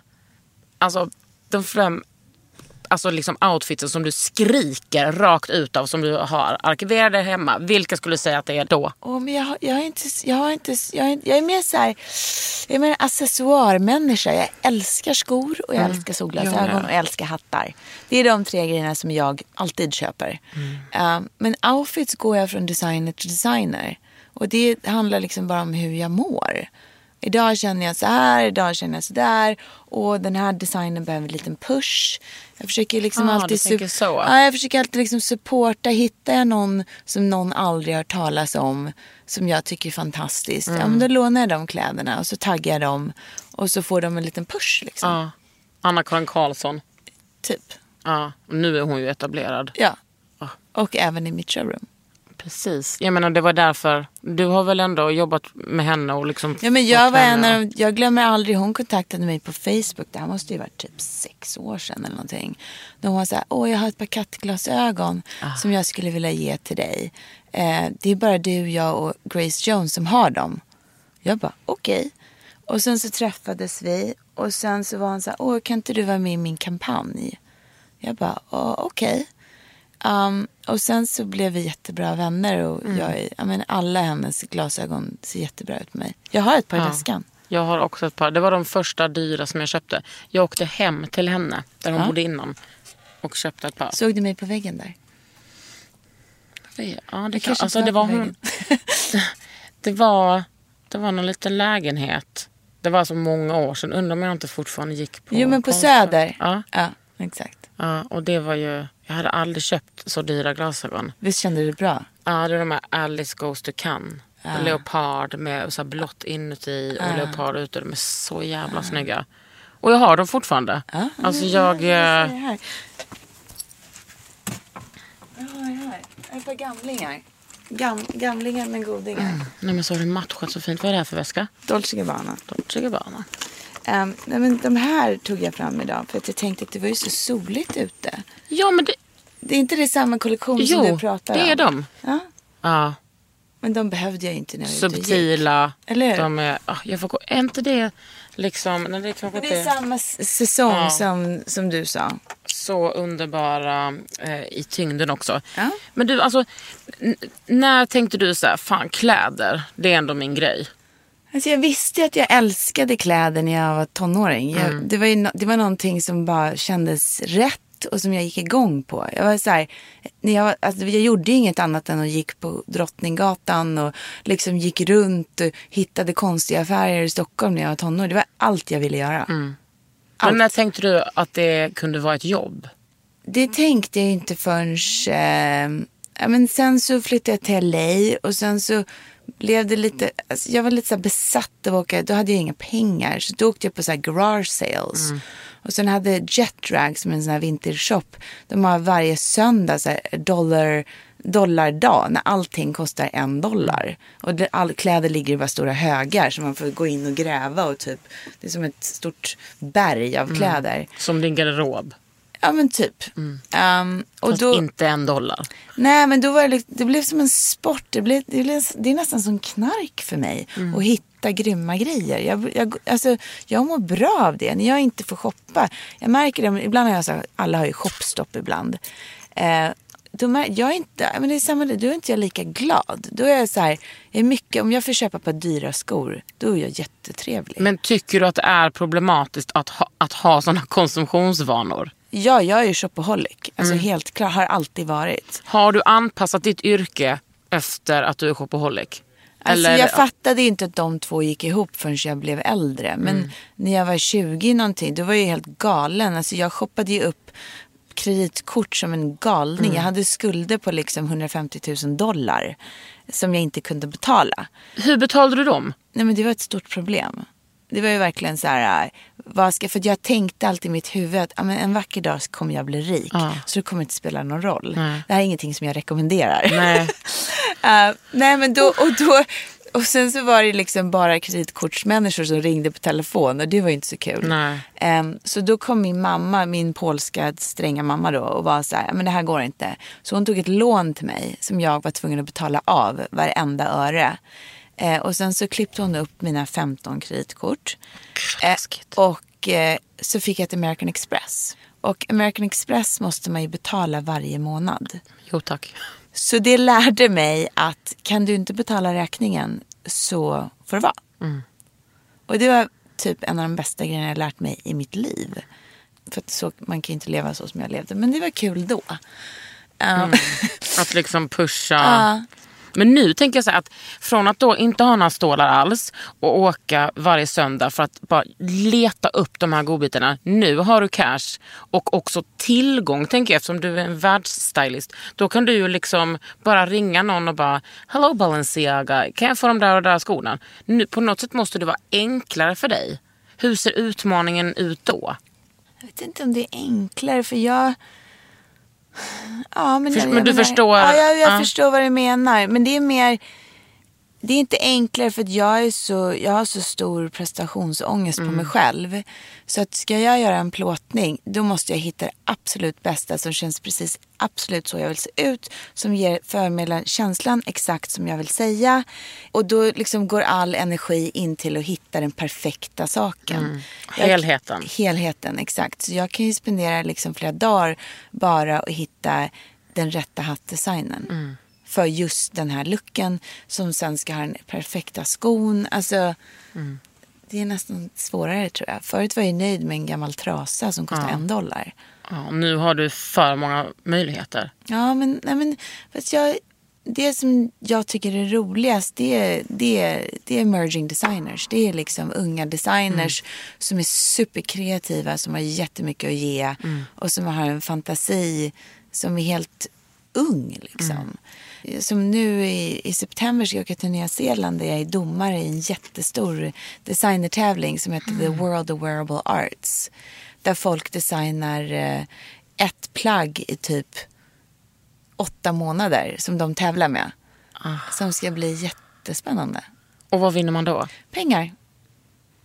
liksom outfitsen som du skriker rakt ut av, som du har arkiverade hemma, vilka skulle du säga att det är då? Men jag är mer så här, jag är mer accessoarmänniska. Jag älskar skor och jag älskar solglasögon och jag älskar hattar. Det är de 3 grejerna som jag alltid köper. Men outfits går jag från designer till designer. Och det handlar liksom bara om hur jag mår. Idag känner jag så här, idag känner jag så där. Och den här designen behöver en liten push. Jag försöker liksom jag försöker alltid liksom supporta. Hittar jag någon som någon aldrig har talas om, som jag tycker är fantastiskt, ja, men då lånar jag de kläderna och så taggar jag dem. Och så får de en liten push liksom. Anna-Karin Karlsson. Typ. Ja, nu är hon ju etablerad. Ja, och även i mitt showroom. Precis. Jag menar, det var därför. Du har väl ändå jobbat med henne och liksom... Ja, men jag glömmer aldrig, hon kontaktade mig på Facebook. Det här måste ju varit typ 6 år sedan eller någonting. Då hon var så här, jag har ett par kattglasögon som jag skulle vilja ge till dig. Det är bara du, jag och Grace Jones som har dem. Jag bara, okej. Och sen så träffades vi och sen så var hon så här, kan inte du vara med i min kampanj? Jag bara, okej. Och sen så blev vi jättebra vänner och alla hennes glasögon ser jättebra ut på mig. Jag har ett par i väskan. Jag har också ett par. Det var de första dyra som jag köpte. Jag åkte hem till henne där hon bodde innan och köpte ett par. Såg du mig på väggen där? Ja, det kan, alltså det var hon. det var någon liten lägenhet. Det var så många år sedan. Undrar om jag inte fortfarande gick på. Jo, men på Söder. Ja, exakt. Ja, och det var ju, jag hade aldrig köpt så dyra glasögon. Visst kände du bra? Ja, det var de här Alice Goes to Cannes. Leopard med så här blått inuti och leopard ute. De är så jävla snygga. Och jag har dem fortfarande. Alltså jag... Jag har ett par gamlingar. Gamlingar men godingar. Nej, men så har du matchat så fint. Vad är det här för väska? Dolce Gabbana. Dolce Gabbana. Nej, men de här tog jag fram idag för att jag tänkte att det var ju så soligt ute. Ja, men det är inte det samma kollektion som du pratar om? Jo, det är de. Ja. Ja. Men de behövde jag inte när jag subtila. Eller hur? De är, jag får gå, är inte det liksom... När det, men det är samma säsong som du sa. Så underbara i tyngden också. Ja. Men du, alltså... När tänkte du så här, fan kläder, det är ändå min grej? Alltså jag visste att jag älskade kläder när jag var tonåring. Det var någonting som bara kändes rätt och som jag gick igång på. Jag var så här, jag gjorde inget annat än att gick på Drottninggatan och liksom gick runt och hittade konstiga affärer i Stockholm när jag var tonåring. Det var allt jag ville göra. Men när tänkte du att det kunde vara ett jobb? Det tänkte jag inte förrän... men sen så flyttade jag till LA och sen så blev det lite... Alltså jag var lite så här besatt av att åka. Då hade jag inga pengar. Så då åkte jag på så här garage sales. Och sen hade Jet Drag som en sån här vintage shop. De har varje söndag så här dollardag när allting kostar $1. Och all kläder ligger i bara stora högar så man får gå in och gräva och typ... Det är som ett stort berg av kläder. Som din garderob. Ja, men typ. Och då, inte $1. Nej, men då var det blev som en sport. Det är nästan som knark för mig att hitta grymma grejer. Jag mår bra av det. När jag inte får shoppa. Jag märker det, ibland har jag sagt, alla har ju shopstopp ibland. Jag är inte, men det är samma, då är inte jag lika glad. Då är jag så här, om jag får köpa på dyra skor, då är jag jättetrevlig. Men tycker du att det är problematiskt att ha sådana konsumtionsvanor? Ja, jag är ju shopaholic. Alltså helt klart, har alltid varit. Har du anpassat ditt yrke efter att du är shopaholic? Alltså jag fattade inte att de två gick ihop förrän jag blev äldre. Men när jag var 20 någonting, då var jag helt galen. Alltså jag shoppade ju upp kreditkort som en galning. Jag hade skulder på liksom $150,000 som jag inte kunde betala. Hur betalade du dem? Nej, men det var ett stort problem. Det var ju verkligen så här, för jag tänkte alltid i mitt huvud att en vacker dag kommer jag bli rik. Så det kommer inte spela någon roll. Det här är ingenting som jag rekommenderar. Nej. Nej, men då och sen så var det liksom bara kreditkortsmänniskor som ringde på telefon och det var ju inte så kul. Nej. Så då kom min mamma, min polska stränga mamma då och var så här, men det här går inte. Så hon tog ett lån till mig som jag var tvungen att betala av varenda öre. Och sen så klippte hon upp mina 15 kreditkort. Och så fick jag ett American Express. Och American Express måste man ju betala varje månad. Jo tack. Så det lärde mig att kan du inte betala räkningen så får det vara. Och det var typ en av de bästa grejerna jag lärt mig i mitt liv. För att man kan ju inte leva så som jag levde. Men det var kul då. Att liksom pusha... Men nu tänker jag så här att från att då inte ha några stålar alls och åka varje söndag för att bara leta upp de här godbitarna. Nu har du cash och också tillgång, tänker jag, eftersom du är en världsstylist. Då kan du ju liksom bara ringa någon och bara hello Balenciaga, kan jag få de där och där skorna? Nu, på något sätt måste det vara enklare för dig. Hur ser utmaningen ut då? Jag vet inte om det är enklare för jag... Ja, men du förstår... Ja, jag förstår vad du menar. Men det är mer... Det är inte enklare för att jag har så stor prestationsångest på mig själv. Så att ska jag göra en plåtning, då måste jag hitta det absolut bästa som känns precis absolut så jag vill se ut. Som ger förmedlar känslan exakt som jag vill säga. Och då liksom går all energi in till att hitta den perfekta saken. Helheten, exakt. Så jag kan ju spendera liksom flera dagar bara och hitta den rätta hattdesignen. För just den här looken som sen ska ha den perfekta skon. Alltså, det är nästan svårare tror jag. Förut var jag nöjd med en gammal trasa som kostar $1. Ja, nu har du för många möjligheter. Ja, men fast det som jag tycker är roligast det är emerging designers. Det är liksom unga designers som är superkreativa, som har jättemycket att ge och som har en fantasi som är helt ung liksom. Som nu i september ska jag åka till Nya Zeeland där jag är domare i en jättestor designertävling som heter The World of Wearable Arts. Där folk designar ett plagg i typ 8 månader som de tävlar med. Som ska bli jättespännande. Och vad vinner man då? Pengar.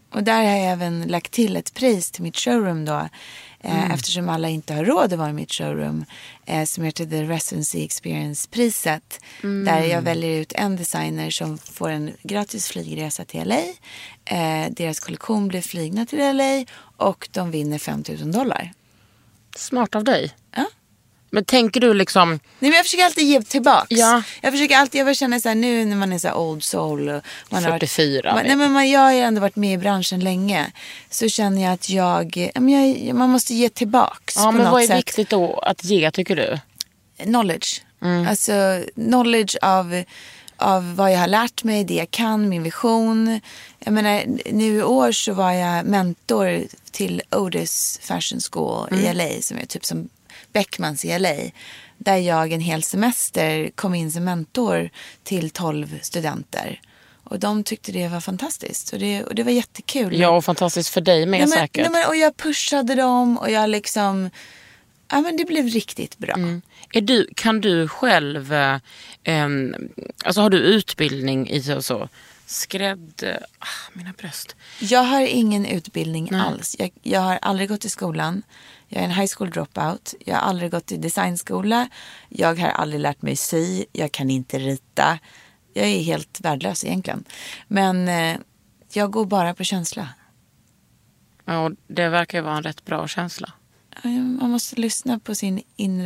Och där har jag även lagt till ett pris till mitt showroom då. Eftersom alla inte har råd att vara i mitt showroom. Som heter The Residency Experience-priset. Där jag väljer ut en designer som får en gratis flygresa till LA. Deras kollektion blir flygna till LA. Och de vinner $5,000. Smart av dig. Ja. Men tänker du liksom... Nej, men jag försöker alltid ge tillbaks. Ja. Jag känner så här nu när man är så här old soul. Och man 44. Jag har ju ändå varit med i branschen länge. Så känner jag att man måste ge tillbaks på men något vad är sätt. viktigt då att ge, tycker du? Knowledge. Alltså knowledge av vad jag har lärt mig, det jag kan, min vision. Jag menar, nu i år så var jag mentor till Otis Fashion School i LA, som är typ som Beckmans i LA. Där jag en hel semester kom in som mentor till 12 studenter. Och de tyckte det var fantastiskt. Och det var jättekul. Ja, och fantastiskt för dig med säkert. Och jag pushade dem och jag liksom... Ja, men det blev riktigt bra. Kan du själv... alltså har du utbildning i så mina bröst? Jag har ingen utbildning alls. Jag har aldrig gått i skolan. Jag är en high school dropout. Jag har aldrig gått i designskola. Jag har aldrig lärt mig sy. Jag kan inte rita. Jag är helt värdelös egentligen. Men jag går bara på känsla. Ja, det verkar vara en rätt bra känsla. Man måste lyssna på sin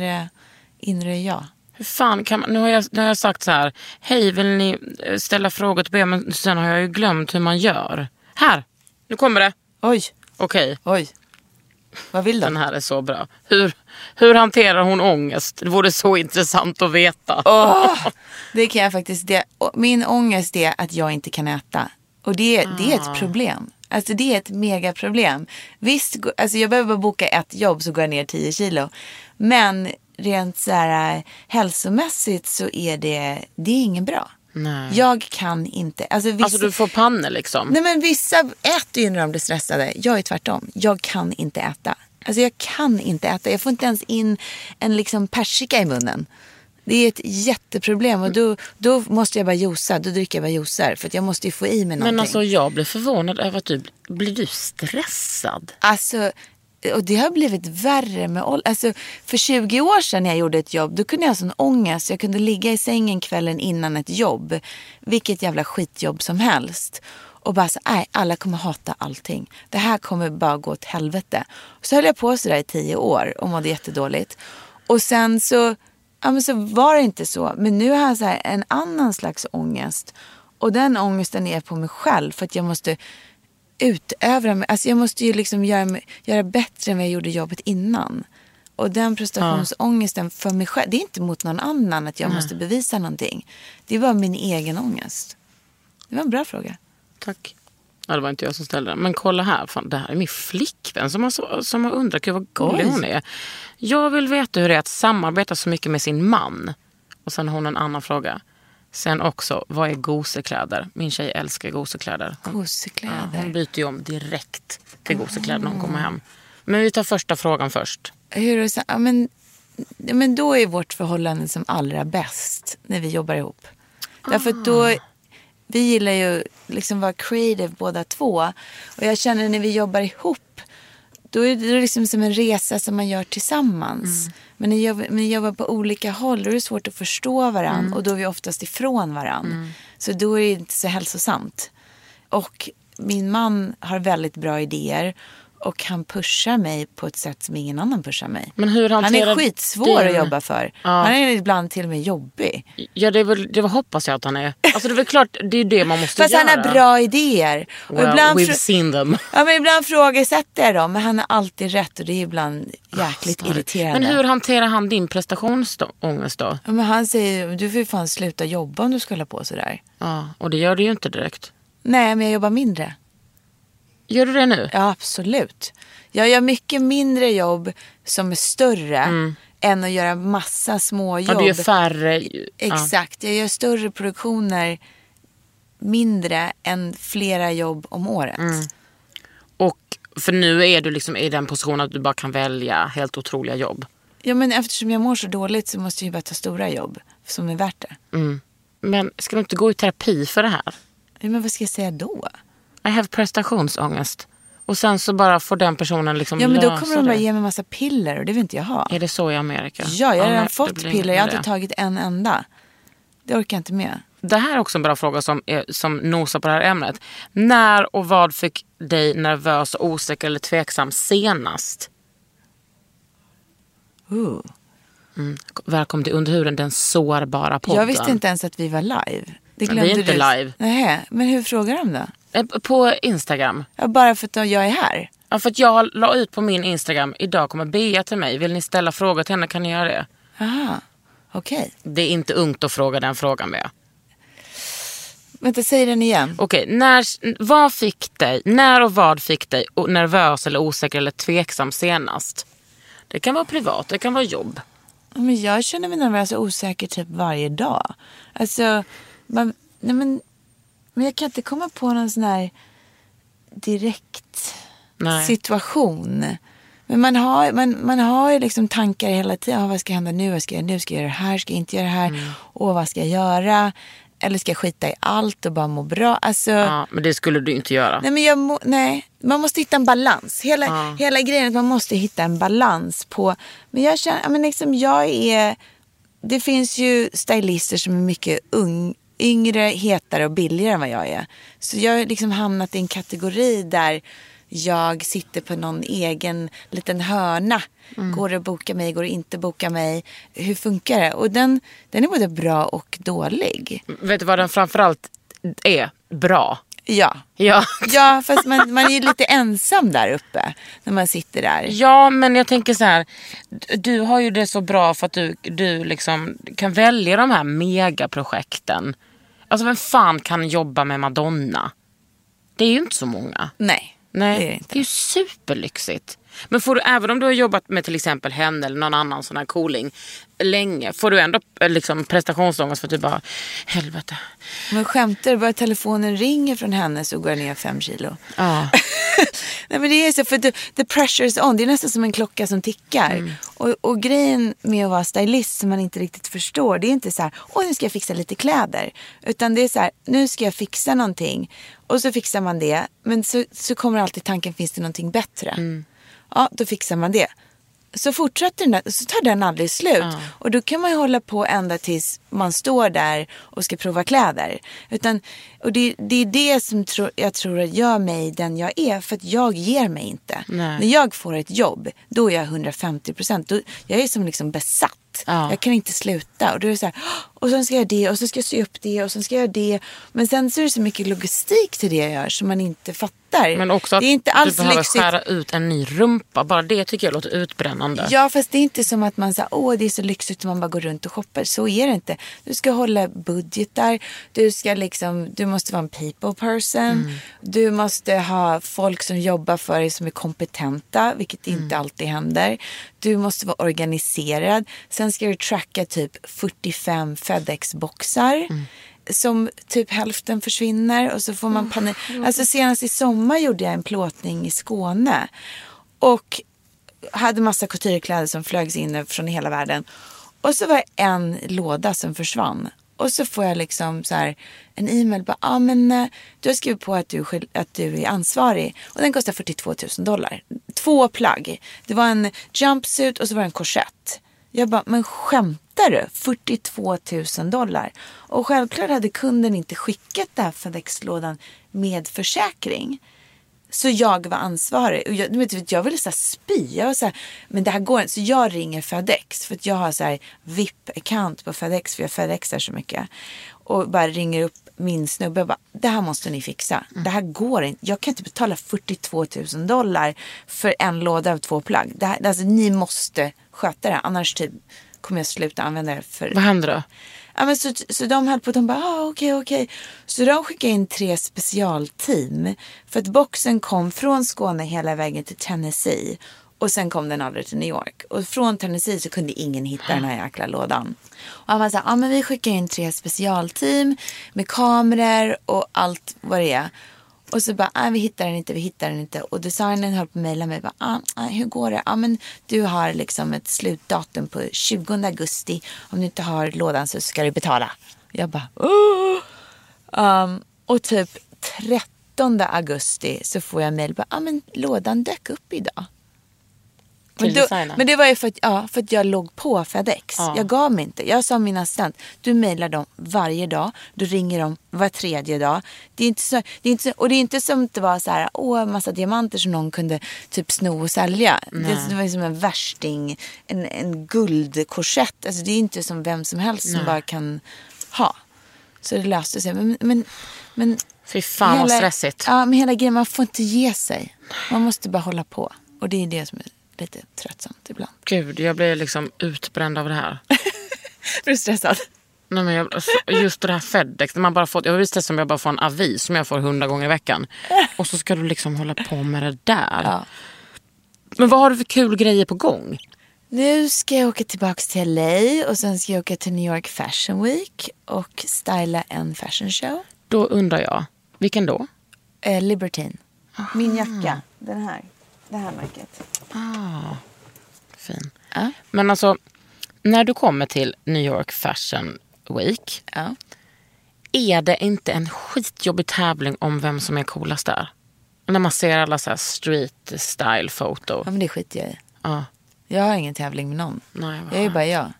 inre jag. Hur fan kan man... Nu har jag sagt så här. Hej, vill ni ställa frågor till mig? Men sen har jag ju glömt hur man gör. Här, nu kommer det. Oj. Okej. Oj. Vad vill du? Den här är så bra. Hur hanterar hon ångest? Det vore så intressant att veta. Det kan jag faktiskt... Min ångest är att jag inte kan äta. Och det är ett problem. Alltså det är ett megaproblem. Visst, alltså jag behöver bara boka ett jobb så går jag ner 10 kilo. Men rent så här hälsomässigt så är det är ingen bra. Nej. Jag kan inte. Alltså du får pannor liksom. Nej, men vissa äter ju när de blir stressade. Jag är tvärtom. Jag kan inte äta. Alltså jag kan inte äta. Jag får inte ens in en liksom persika i munnen. Det är ett jätteproblem. Och då måste jag bara josa. Då dricker jag bara josar. För att jag måste ju få i mig någonting. Men alltså jag blir förvånad över att blir du stressad? Alltså... Och det har blivit värre med ålder. Alltså, för 20 år sedan när jag gjorde ett jobb, då kunde jag ha sån ångest. Jag kunde ligga i sängen kvällen innan ett jobb. Vilket jävla skitjobb som helst. Och bara så, alla kommer hata allting. Det här kommer bara gå åt helvete. Och så höll jag på så där i 10 år och mådde jättedåligt. Och sen så, så var det inte så. Men nu har jag så här en annan slags ångest. Och den ångesten är på mig själv. För att jag måste... utöva mig. Alltså jag måste ju liksom göra bättre än vad jag gjorde jobbet innan. Och den prestationsångesten för mig själv, det är inte mot någon annan att jag måste bevisa någonting. Det är bara min egen ångest. Det var en bra fråga. Tack. Ja, det var inte jag som ställde den. Men kolla här, fan, det här är min flickvän som har undrat vad gullig hon är. Jag vill veta hur det är att samarbeta så mycket med sin man. Och sen har hon en annan fråga. Sen också, vad är gosekläder? Min tjej älskar gosekläder. Gosekläder? Ja, hon byter ju om direkt till gosekläder när hon kommer hem. Men vi tar första frågan först. Men då är vårt förhållande som allra bäst när vi jobbar ihop. Därför att då, vi gillar ju liksom vara creative båda två. Och jag känner när vi jobbar ihop, då är det liksom som en resa som man gör tillsammans. Men när vi jobbar på olika håll, då är det svårt att förstå varandra. Och då är vi oftast ifrån varandra. Så då är det inte så hälsosamt. Och min man har väldigt bra idéer. Och han pushar mig på ett sätt som ingen annan pushar mig. Men hur han är skitsvår att jobba för. Ja. Han är ibland till och med jobbig. Ja, det hoppas jag att han är. Alltså det är väl klart, det är det man måste Fast göra. Fast han har bra idéer. Och well, ibland we've seen them. Ja, men ibland frågasätter jag dem. Men han har alltid rätt och det är ibland jäkligt irriterande. Men hur hanterar han din prestationsångest då? Ja, men han säger, du får ju fan sluta jobba om du ska hålla på sådär. Ja, och det gör du ju inte direkt. Nej, men jag jobbar mindre. Gör du det nu? Ja, absolut. Jag gör mycket mindre jobb som är större än att göra massa små jobb. Ja, du gör färre. Exakt, jag gör större produktioner mindre än flera jobb om året. Och för nu är du liksom i den positionen att du bara kan välja helt otroliga jobb. Ja, men eftersom jag mår så dåligt så måste jag ju bara ta stora jobb som är värt det. Men ska du inte gå i terapi för det här? Ja, men vad ska jag säga då? I have prestationsångest. Och sen så bara får den personen liksom Ja, men då lösa kommer de bara det. ge mig massa piller och det vill inte jag ha. Är det så i Amerika? Ja, jag har redan det fått blir piller. Jag har det. inte tagit en enda. Det orkar jag inte med. Det här är också en bra fråga som nosar på det här ämnet. När och vad fick dig nervös, osäker eller tveksam senast? Välkommen till Underhuden, den sårbara podden. Jag visste inte ens att vi var live. Det glömde vi är inte du. live. Nej, men hur frågar de då? På Instagram. Ja, bara för att jag är här. Ja, för att jag la ut på min Instagram. Idag kommer Bea till mig. Vill ni ställa frågor till henne, kan ni göra det? Aha, okej. Det är inte ungt att fråga den frågan, Bea. Vänta, säg den igen. Okej, när och vad fick dig nervös eller osäker eller tveksam senast? Det kan vara privat, det kan vara jobb. Men jag känner mig nervös och osäker typ varje dag. Alltså, men jag kan inte komma på någon sån här direkt situation. Men man har ju liksom tankar hela tiden. Vad ska hända nu? Vad ska jag göra nu? Ska jag göra det här? Ska jag inte göra det här? Och vad ska jag göra? Eller ska jag skita i allt och bara må bra? Alltså, ja, men det skulle du inte göra. Nej, men man måste hitta en balans. Hela grejen är att man måste hitta en balans på. Men jag känner, men liksom det finns ju stylister som är mycket yngre, hetare och billigare än vad jag är. Så jag har liksom hamnat i en kategori där jag sitter på någon egen liten hörna. Går det att boka mig, går det inte att boka mig? Hur funkar det? Och den är både bra och dålig. Vet du vad den framförallt är? Bra. Ja, fast man är ju lite ensam där uppe när man sitter där. Ja, men jag tänker så här, du har ju det så bra för att du liksom kan välja de här megaprojekten. Alltså vem fan kan jobba med Madonna? Det är ju inte så många. Nej, det är ju superlyxigt. Men får du, även om du har jobbat med till exempel henne eller någon annan sån här cooling länge, får du ändå liksom prestationsångest för att du bara, helvete. Men skämtar, bara telefonen ringer från henne så går jag ner 5 kilo. Ja. Nej, men det är så, för the pressure is on. Det är nästan som en klocka som tickar. Och grejen med att vara stylist som man inte riktigt förstår, det är inte så här, nu ska jag fixa lite kläder. Utan det är så här, nu ska jag fixa någonting. Och så fixar man det. Men så kommer alltid tanken, finns det någonting bättre? Ja, då fixar man det. Så fortsätter den där, så tar den aldrig slut. Och då kan man ju hålla på ända tills man står där och ska prova kläder. Och det är det som jag tror att gör mig den jag är. För att jag ger mig inte. Nej. När jag får ett jobb, då är jag 150%. Jag är som liksom besatt. Jag kan inte sluta. Och då är det så här, och sen ska jag det, och så ska jag sy upp det, och sen ska jag göra det. Men sen så är det så mycket logistik till det jag gör som man inte fattar. Men också att det är inte alls du behöver lyxigt. skära ut en ny rumpa. Bara det tycker jag låter utbrännande. Ja, fast det är inte som att man säger, det är så lyxigt att man bara går runt och shoppar. Så är det inte. Du ska hålla budgetar. Du måste vara en people person. Du måste ha folk som jobbar för dig som är kompetenta, vilket inte alltid händer. Du måste vara organiserad. Sen ska du tracka typ 45 FedEx-boxar. Som typ hälften försvinner. Och så får man panik. Alltså senast i sommar gjorde jag en plåtning i Skåne. Och hade massa couturekläder som flögs in från hela världen. Och så var det en låda som försvann. Och så får jag liksom så här en e-mail. Bara, men du har skrivit på att du är ansvarig. Och den kostar $42,000. 2 plagg. Det var en jumpsuit och så var det en korsett. Jag bara, men skämtar du? $42,000. Och självklart hade kunden inte skickat den här FedEx-lådan med försäkring. Så jag var ansvarig. Och jag ville så här spy. Jag var så här, men det här går inte. Så jag ringer FedEx. För att jag har så här VIP-account på FedEx. För jag FedExar så mycket. Och bara ringer upp min snubbe. Och bara, det här måste ni fixa. Det här går inte. Jag kan inte betala $42,000 för en låda av 2 plagg. Alltså, ni måste sköta det. Annars typ kommer jag sluta använda det för... Vad händer då? Ja, men så de höll på att de bara, okej. Så de skickade in 3 specialteam. För att boxen kom från Skåne hela vägen till Tennessee. Och sen kom den aldrig till New York. Och från Tennessee så kunde ingen hitta den här jäkla lådan. Och han var så här, men vi skickar in 3 specialteam med kameror och allt vad det är. Och så bara, vi hittar den inte. Och designern höll på att mejla mig. Hur går det? Men du har liksom ett slutdatum på 20 augusti. Om du inte har lådan så ska du betala. Jag bara, och typ 19 augusti så får jag mejl. Men lådan dök upp idag. Men det var ju för att jag låg på FedEx. Ja. Jag gav mig inte. Jag sa min assistent, du mejlar dem varje dag. Du ringer dem var tredje dag. Det är inte som det var så här, massa diamanter som någon kunde typ sno och sälja. Det var som en värsting, en guldkorsett. Alltså det är inte som vem som helst som bara kan ha. Så det löste sig. Men fy fan vad stressigt. Ja, men hela grejen, man får inte ge sig. Man måste bara hålla på. Och det är det som är lite tröttsamt ibland. Gud, jag blir liksom utbränd av det här. Blir du stressad? Nej, men just det här FedEx. Man bara får, jag vill stressa om jag bara får en avi som jag får 100 gånger i veckan. Och så ska du liksom hålla på med det där. Ja. Men vad har du för kul grejer på gång? Nu ska jag åka tillbaka till LA och sen ska jag åka till New York Fashion Week och styla en fashion show. Då undrar jag, vilken då? Libertine. Aha. Min jacka, det här märket. Fin. Men alltså, när du kommer till New York Fashion Week, är det inte en skitjobbig tävling om vem som är coolast där? När man ser alla så här street style foto. Ja, men det skiter jag i. Ja. Jag har ingen tävling med någon. Nej, jag är bara jag.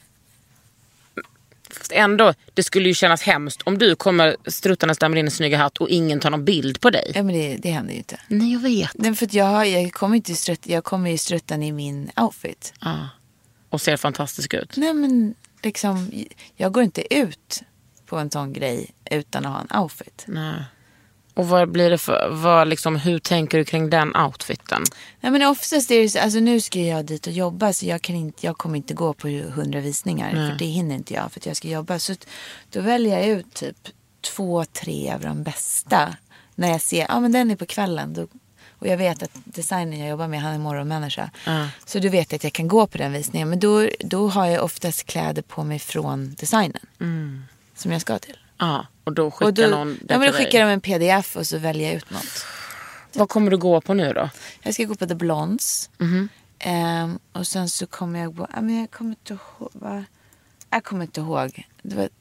Ändå, det skulle ju kännas hemskt om du kommer struttandes där med din snygga hatt och ingen tar någon bild på dig. Ja, men det händer ju inte. Nej, jag vet. Nej, för att jag kommer ju struttan i min outfit. Och ser fantastisk ut. Nej, men liksom, jag går inte ut på en sån grej utan att ha en outfit. Nej. Och vad blir det för, hur tänker du kring den outfiten? Nej, men oftast är det så, alltså nu ska jag dit och jobba så jag kommer inte gå på 100 visningar. Nej. För det hinner inte jag för att jag ska jobba. Så då väljer jag ut typ 2-3 av de bästa. När jag ser, men den är på kvällen. Och jag vet att designern jag jobbar med, han är morgonmänniska. Så då vet jag att jag kan gå på den visningen. Men då har jag oftast kläder på mig från designen. Som jag ska till. Ja, och då skickar någon det då skickar de en pdf och så väljer jag ut något. Vad kommer du gå på nu då? Jag ska gå på The Blondes. Och sen så kommer jag gå... jag kommer inte ihåg. Det var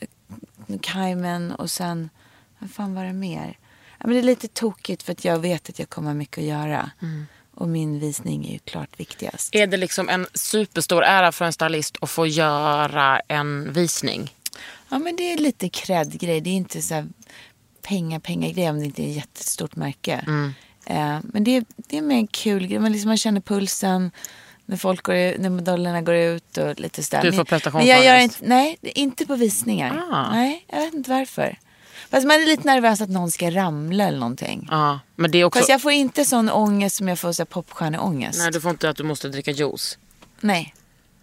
Kaimen och sen... Vad fan var det mer? Men det är lite tokigt för att jag vet att jag kommer ha mycket att göra. Och min visning är ju klart viktigast. Är det liksom en superstor ära för en stylist att få göra en visning? Ja, men det är lite cred-grej. Det är inte så här pengar-grej om det inte är ett jättestort märke. Men det är mer en kul grej. Man känner pulsen när folk går ut, när modellerna går ut och lite sådär. Du får prestationsångest? Men jag gör nej, inte på visningar. Nej, jag vet inte varför. Fast man är lite nervös att någon ska ramla eller någonting. Men det är också... Fast jag får inte sån ångest som jag får så här popstjärneångest. Nej, du får inte att du måste dricka juice. Nej.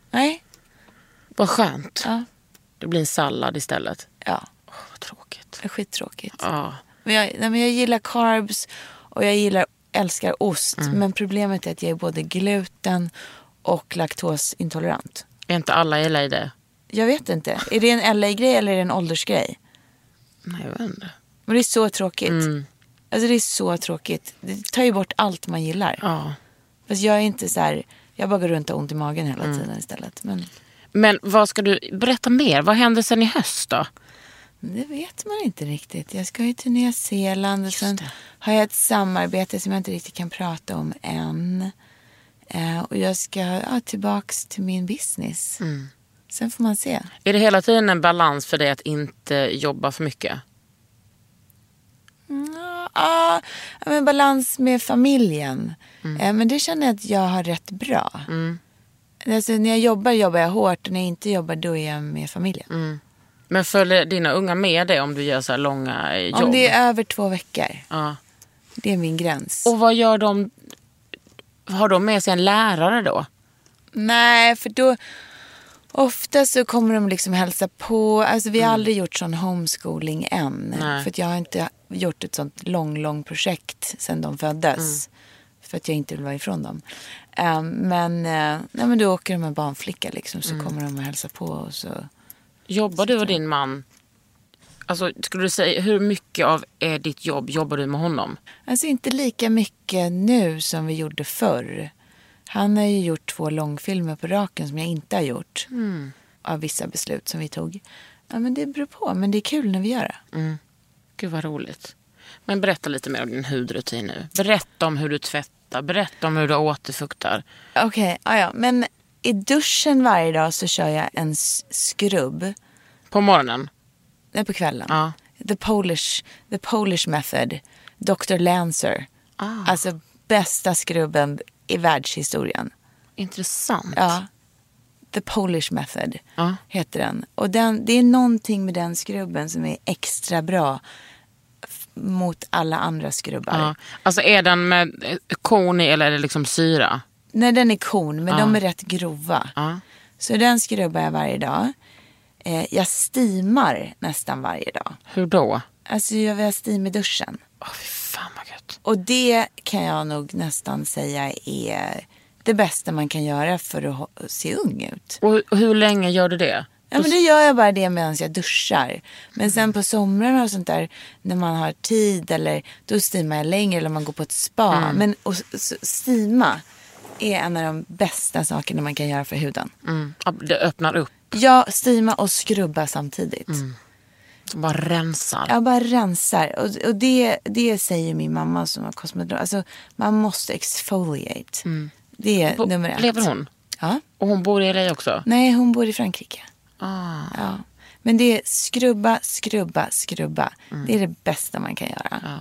Vad skönt. Ja. Det blir en sallad istället. Ja. Vad tråkigt. Det är skittråkigt. Men jag gillar carbs och jag älskar ost. Men problemet är att jag är både gluten och laktosintolerant. Är inte alla i LA det? Jag vet inte. Är det en LA-grej eller är det en åldersgrej? Nej, jag vet inte. Men det är så tråkigt. Alltså det är så tråkigt. Det tar ju bort allt man gillar. Ja. Fast jag är inte så här... Jag bara går runt och ont i magen hela tiden istället. Men vad ska du berätta mer? Vad händer sen i höst då? Det vet man inte riktigt. Jag ska ju till Nya Zeeland och sen har jag ett samarbete som jag inte riktigt kan prata om än. Och jag ska tillbaks till min business. Sen får man se. Är det hela tiden en balans för dig att inte jobba för mycket? Men balans med familjen. Men det känner jag att jag har rätt bra. Alltså, när jag jobbar jag hårt och när jag inte jobbar då är jag med familjen. Men följer dina unga med det om du gör så här långa jobb? Om det är över 2 veckor. Det är min gräns. Och vad gör de? Har de med sig en lärare då? Nej, för då... Ofta så kommer de liksom hälsa på. Alltså vi har aldrig gjort sån homeschooling än. Nej. För att jag har inte gjort ett sånt lång projekt sedan de föddes. För att jag inte vill vara ifrån dem. Men då åker de med barnflicka liksom. Så kommer de och hälsa på. Och så. Jobbar du och din man? Alltså skulle du säga, hur mycket av ditt jobb jobbar du med honom? Alltså inte lika mycket nu som vi gjorde förr. Han har ju gjort 2 långfilmer på raken som jag inte har gjort. Av vissa beslut som vi tog. Ja, men det beror på. Men det är kul när vi gör det. Gud vad roligt. Men berätta lite mer om din hudrutin nu. Berätta om hur du tvättar. Berätta om hur du återfuktar. Okej, ja. Men i duschen varje dag så kör jag en skrubb. På morgonen? Nej, på kvällen. Ja. The Polish method. Dr. Lancer. Alltså bästa skrubben i världshistorien. Intressant. Ja. The Polish method heter den. Och det är någonting med den skrubben som är extra bra mot alla andra skrubbar. Ja. Alltså är den med korn i eller är det liksom syra? Nej, den är korn, men de är rätt grova. Så den skrubbar jag varje dag. Jag steamar nästan varje dag. Hur då? Alltså jag vill steam i duschen. Fy fan vad gött. Och det kan jag nog nästan säga är det bästa man kan göra för att se ung ut. Och hur länge gör du det? Ja, men då gör jag bara det medan jag duschar. Men sen på somrarna och sånt där, när man har tid eller då steamar jag längre eller man går på ett spa. Men steama är en av de bästa sakerna man kan göra för huden. Det öppnar upp. Ja, steama och skrubba samtidigt. Bara rensar. Jag bara rensar. Och det säger min mamma som har kosmetolog. Alltså man måste exfoliate. Det är nummer 1. Lever hon? Ja. Och hon bor i LA också? Nej, hon bor i Frankrike. Ja. Men det är skrubba. Det är det bästa man kan göra.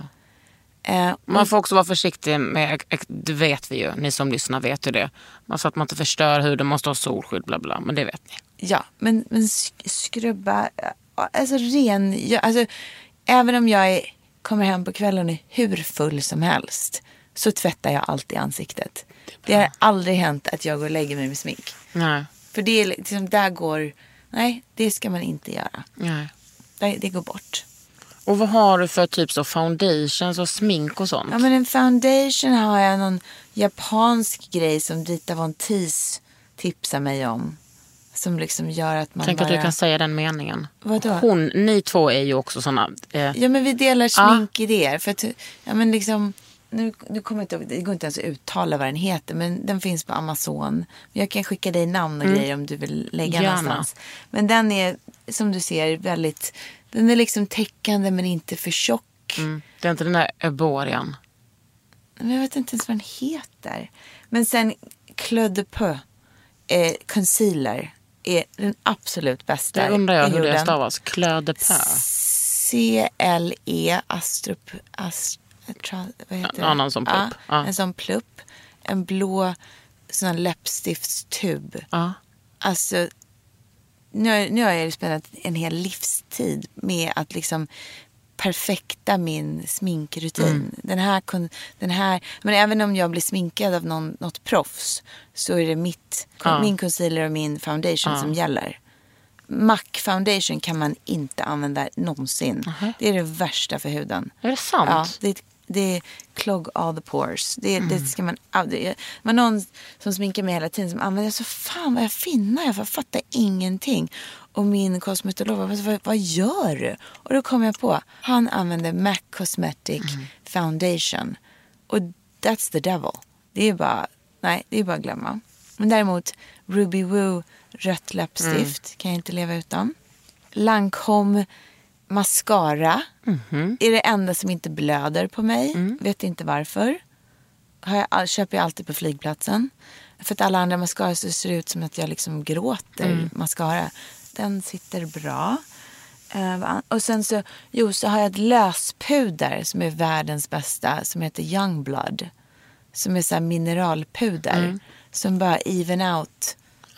Man får också vara försiktig med, det vet vi ju, ni som lyssnar vet ju det. Så att man inte förstör huden, måste ha solskydd, bla bla, men det vet ni. Ja, men skrubba, alltså alltså, även om jag kommer hem på kvällen och är hur full som helst så tvättar jag alltid ansiktet. Det har aldrig hänt att jag går och lägger mig med smink. Nej. För det är liksom, nej, det ska man inte göra. Nej. Det går bort. Och vad har du för typ så foundations och smink och sånt? Ja, men en foundation har jag någon japansk grej som Rita Von Teese tipsar mig om. Som liksom gör att man Tänk att du kan säga den meningen. Vadå? Ni två är ju också såna. Ja, men vi delar sminkidéer. För att, ja men liksom, nu kommer jag inte, det går inte ens att uttala vad den heter. Men den finns på Amazon. Jag kan skicka dig namn och grejer om du vill lägga någonstans. Men den är, som du ser, väldigt, den är liksom täckande men inte för tjock. Det är inte den där Eborian. Men jag vet inte ens vad den heter. Men sen Clos de Peau concealer är den absolut bästa. Det undrar jag hur det stavas. Clos de Peau. CLE vad heter det? Annan som plupp. En sån plupp. En blå sån läppstiftstub. Alltså nu har jag spelat en hel livstid med att liksom perfekta min sminkrutin. Den här, men även om jag blir sminkad av något proffs så är det min concealer och min foundation som gäller. MAC foundation kan man inte använda någonsin. Det är det värsta för huden. Är det sant? Ja, det clog all the pores. Det ska man aldrig. Det var någon som sminkade mig hela tiden som använde så fan vad jag finnar. Jag fattar ingenting. Och min kosmetolog var, vad gör du? Och då kom jag på, han använde MAC Cosmetic Foundation. Och that's the devil. Det är bara att glömma. Men däremot Ruby Woo rött läppstift kan jag inte leva utan. Lancome mascara är det enda som inte blöder på mig. Vet inte varför. Köper jag alltid på flygplatsen. För att alla andra mascara så ser det ut som att jag liksom gråter mascara. Den sitter bra. Och sen så har jag ett löspuder som är världens bästa. Som heter Youngblood. Som är så här mineralpuder. Som bara even out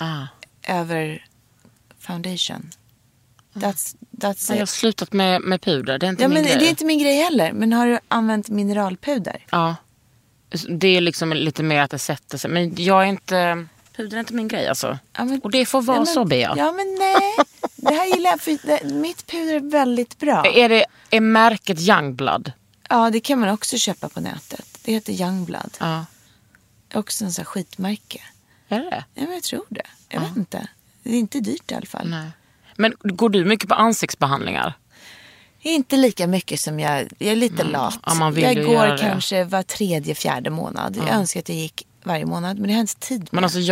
över foundation. That's jag har slutat med puder. Det är inte min grej. Det är inte min grej heller. Men har du använt mineralpuder? Ja. Det är liksom lite mer att det sätter sig. Men jag är inte... Puder är inte min grej alltså. Ja, och det får vara så, Bea. Ja, men nej. Det här gillar jag. För mitt puder är väldigt bra. Är märket Youngblood? Ja, det kan man också köpa på nätet. Det heter Youngblood. Ja. Också en sån här skitmärke. Är det? Ja, men jag tror det. Jag vet inte. Det är inte dyrt i alla fall. Nej. Men går du mycket på ansiktsbehandlingar? Inte lika mycket som jag är lite lat. Ja, jag går kanske var 3:e, 4:e månad. Jag önskar att jag gick varje månad, men det har inte tid med. Men alltså jag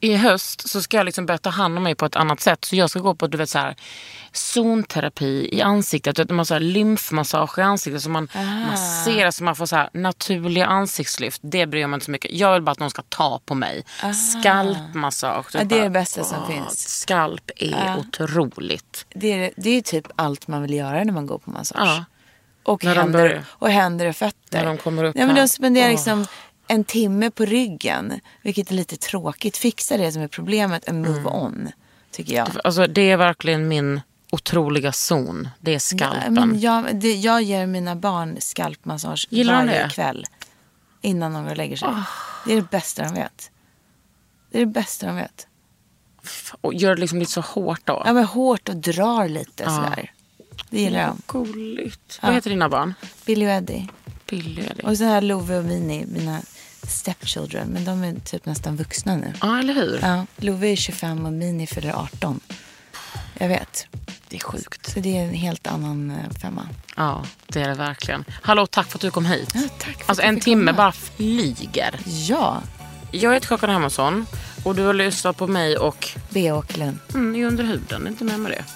i höst så ska jag liksom börja ta hand om mig på ett annat sätt. Så jag ska gå på, du vet, så här zonterapi i ansiktet. Du vet, man så här lymfmassage i ansiktet så man masserar så man får så här naturliga ansiktslyft. Det bryr jag mig inte så mycket. Jag vill bara att någon ska ta på mig. Skalpmassage. Ja, det är det bästa som finns. Skalp är otroligt. Det är typ allt man vill göra när man går på massage. Ja. Och händer och fötter. När de kommer upp men de spenderar liksom en timme på ryggen. Vilket är lite tråkigt. Fixa det som är problemet. En move on, tycker jag. Alltså det är verkligen min otroliga zon. Det är skalpen. Ja, men jag ger mina barn skalpmassage varje kväll. Innan de går och lägger sig. Det är det bästa de vet. Det är det bästa de vet. Och gör det liksom lite så hårt då? Ja, men hårt och drar lite sådär. Det gillar de. Gulligt. Vad heter dina barn? Billy och Eddie. Billy och Eddie. Och så här Love och Mini, mina stepchildren. Men de är typ nästan vuxna nu. Ja, eller hur? Ja, Love är 25 och Mini fyller 18. Jag vet. Det är sjukt. Så det är en helt annan femma. Ja, det är det verkligen. Hallå, tack för att du kom hit. Ja, tack för alltså en timme bara flyger. Ja. Jag heter Kakan Hermansson och du har lyssnat på mig och B. Åkerlund. I Under huden, inte med det.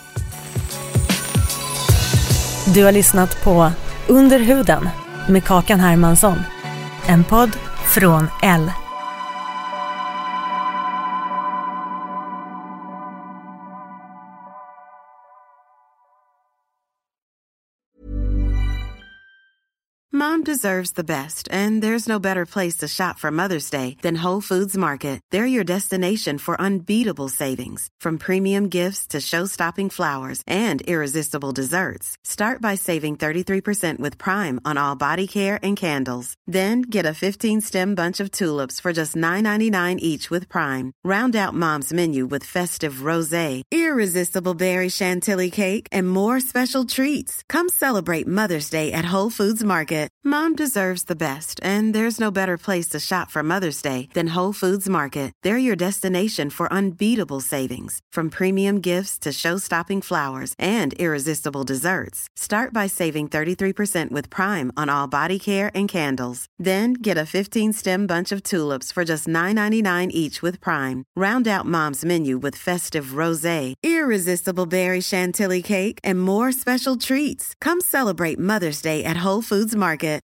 Du har lyssnat på Under huden med Kakan Hermansson. En podd från L. Mom deserves the best, and there's no better place to shop for Mother's Day than Whole Foods Market. They're your destination for unbeatable savings, from premium gifts to show-stopping flowers and irresistible desserts. Start by saving 33% with Prime on all body care and candles. Then get a 15-stem bunch of tulips for just $9.99 each with Prime. Round out Mom's menu with festive rosé, irresistible berry chantilly cake, and more special treats. Come celebrate Mother's Day at Whole Foods Market. Mom deserves the best, and there's no better place to shop for Mother's Day than Whole Foods Market. They're your destination for unbeatable savings, from premium gifts to show-stopping flowers and irresistible desserts. Start by saving 33% with Prime on all body care and candles. Then get a 15-stem bunch of tulips for just $9.99 each with Prime. Round out Mom's menu with festive rosé, irresistible berry chantilly cake, and more special treats. Come celebrate Mother's Day at Whole Foods Market.